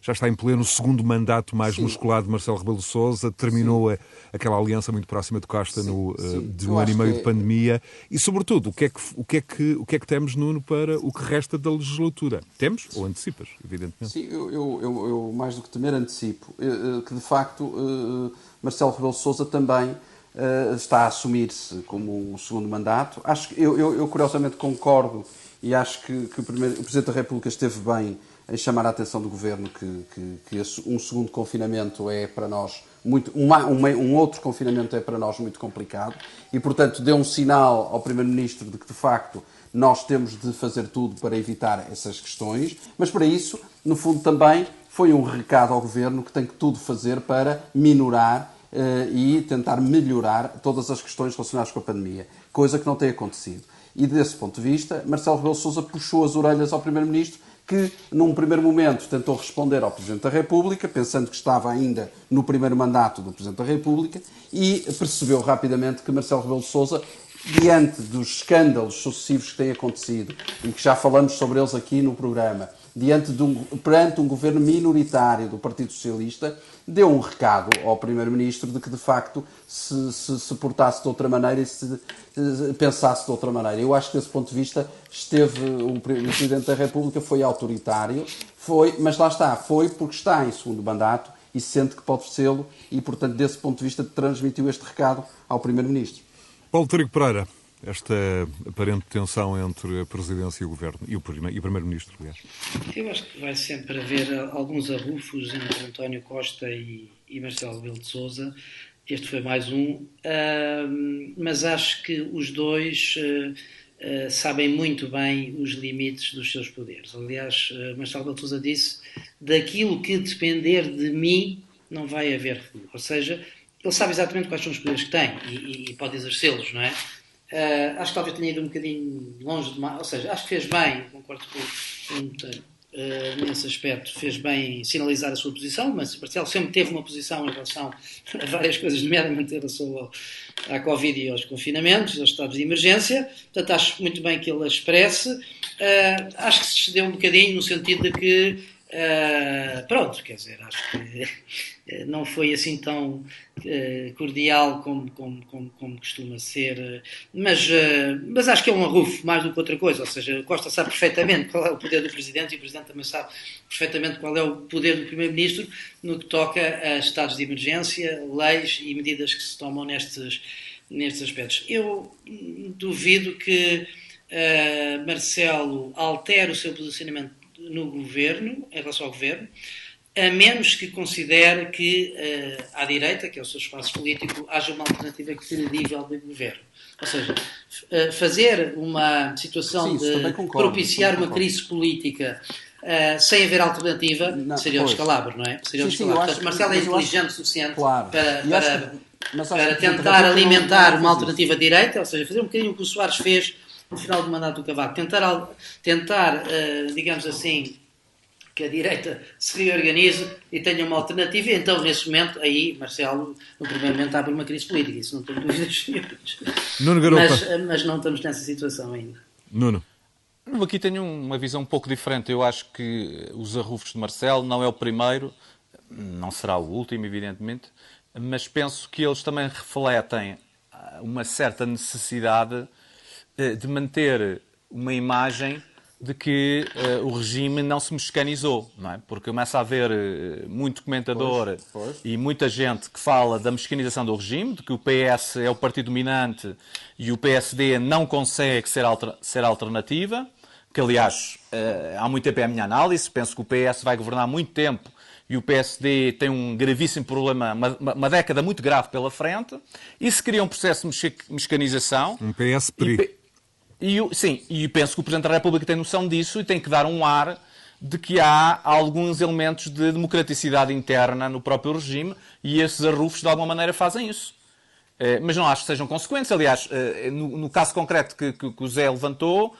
já está em pleno segundo mandato mais Sim. musculado de Marcelo Rebelo de Sousa, terminou a, aquela aliança muito próxima de Costa Sim, no, sim. de Eu um ano e acho meio que de é- pandemia e, sobretudo, o que, é que, o, que é que, o que é que temos, Nuno, para o que resta da legislatura? Temos ou antecipas, evidentemente? Sim, eu, eu, eu, eu, mais do que temer, antecipo eh, eh, que, de facto, eh, Marcelo Rebelo de Sousa também eh, está a assumir-se como um segundo mandato. Acho que eu, eu, eu curiosamente concordo e acho que, que o, primeiro, o Presidente da República esteve bem em chamar a atenção do Governo que, que, que esse, um segundo confinamento é para nós muito, uma, um, um outro confinamento é para nós muito complicado e, portanto, deu um sinal ao Primeiro-Ministro de que, de facto, nós temos de fazer tudo para evitar essas questões, mas para isso, no fundo, também foi um recado ao Governo que tem que tudo fazer para minorar eh, e tentar melhorar todas as questões relacionadas com a pandemia, coisa que não tem acontecido. E, desse ponto de vista, Marcelo Rebelo de Sousa puxou as orelhas ao Primeiro-Ministro, que, num primeiro momento, tentou responder ao Presidente da República, pensando que estava ainda no primeiro mandato do Presidente da República, e percebeu rapidamente que Marcelo Rebelo de Sousa, diante dos escândalos sucessivos que têm acontecido, e que já falamos sobre eles aqui no programa, diante de um, perante um governo minoritário do Partido Socialista, deu um recado ao Primeiro-Ministro de que, de facto, se, se, se portasse de outra maneira e se eh, pensasse de outra maneira. Eu acho que, desse ponto de vista, esteve o Presidente da República foi autoritário, foi, mas lá está, foi porque está em segundo mandato e sente que pode sê-lo e, portanto, desse ponto de vista, transmitiu este recado ao Primeiro-Ministro. Paulo Trigo Pereira, esta aparente tensão entre a Presidência e o Governo, e o Primeiro-Ministro, aliás. Eu acho que vai sempre haver alguns arrufos entre António Costa e, e Marcelo Rebelo de Sousa. Este foi mais um, uh, mas acho que os dois uh, uh, sabem muito bem os limites dos seus poderes. Aliás, uh, Marcelo Rebelo de Sousa disse: daquilo que depender de mim não vai haver recuo. Ou seja, ele sabe exatamente quais são os poderes que tem e, e, e pode exercê-los, não é? Uh, acho que talvez tenha ido um bocadinho longe demais, ou seja, acho que fez bem, concordo com o uh, nesse aspecto, fez bem sinalizar a sua posição, mas Marcelo sempre teve uma posição em relação a várias coisas, nomeadamente em relação ao, à Covid e aos confinamentos, aos estados de emergência, portanto acho muito bem que ele a expresse. Uh, acho que se excedeu um bocadinho no sentido de que Uh, pronto, quer dizer, acho que não foi assim tão uh, cordial como, como, como, como costuma ser, mas, uh, mas acho que é um arrufo mais do que outra coisa, ou seja, Costa sabe perfeitamente qual é o poder do Presidente e o Presidente também sabe perfeitamente qual é o poder do Primeiro-Ministro no que toca a estados de emergência, leis e medidas que se tomam nestes, nestes aspectos. Eu duvido que uh, Marcelo altere o seu posicionamento no governo, em relação ao governo, a menos que considere que uh, à direita, que é o seu espaço político, haja uma alternativa credível de governo. Ou seja, uh, fazer uma situação Sim, de concordo, propiciar uma crise política uh, sem haver alternativa não, seria um descalabro, não é? Seria um sim, descalabro. sim, Portanto, Marcelo é inteligente o suficiente claro. para, para, que, para tentar alimentar uma alternativa direita, ou seja, fazer um bocadinho o que o Soares fez no final do mandato do Cavaco, tentar, tentar uh, digamos assim, que a direita se reorganize e tenha uma alternativa, e então, nesse momento, aí, Marcelo, no primeiro momento, abre uma crise política, isso não tenho dúvidas, senhores. Nuno Garopa. Mas, mas não estamos nessa situação ainda. Nuno. Aqui tenho uma visão um pouco diferente. Eu acho que os arrufos de Marcelo não é o primeiro, não será o último, evidentemente, mas penso que eles também refletem uma certa necessidade de manter uma imagem de que uh, o regime não se mexicanizou, não é? Porque começa a haver uh, muito comentador pois, pois. e muita gente que fala da mexicanização do regime, de que o P S é o partido dominante e o P S D não consegue ser, alter, ser alternativa, que aliás uh, há muito tempo é a minha análise, penso que o P S vai governar muito tempo e o P S D tem um gravíssimo problema, uma, uma década muito grave pela frente, e se cria um processo de mexicanização... Um P S P R I. E, sim, e penso que o Presidente da República tem noção disso e tem que dar um ar de que há alguns elementos de democraticidade interna no próprio regime e esses arrufos, de alguma maneira, fazem isso. Mas não acho que sejam consequentes. Aliás, no, no caso concreto que, que, que o Zé levantou,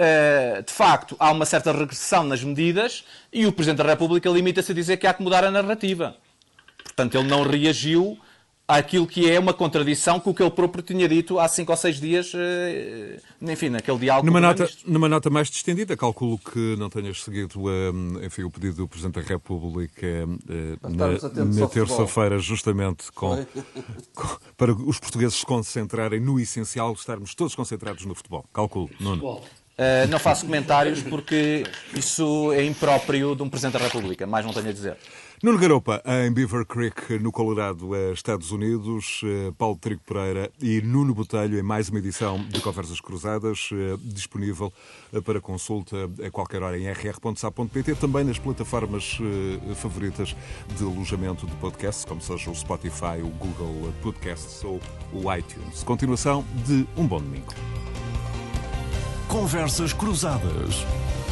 de facto, há uma certa regressão nas medidas e o Presidente da República limita-se a dizer que há que mudar a narrativa. Portanto, ele não reagiu àquilo que é uma contradição com o que ele próprio tinha dito há cinco ou seis dias, enfim, naquele diálogo. Numa nota, numa nota mais distendida, calculo que não tenhas seguido enfim, o pedido do Presidente da República na, na terça-feira, justamente com, com, para os portugueses se concentrarem no essencial, estarmos todos concentrados no futebol. Calculo, Nuno. Uh, não faço comentários porque isso é impróprio de um Presidente da República, mais não tenho a dizer. Nuno Garopa, em Beaver Creek, no Colorado, Estados Unidos. Paulo Trigo Pereira e Nuno Botelho em mais uma edição de Conversas Cruzadas, disponível para consulta a qualquer hora em r r ponto s a p ponto p t, também nas plataformas favoritas de alojamento de podcasts, como seja o Spotify, o Google Podcasts ou o iTunes. Continuação de um bom domingo. Conversas Cruzadas.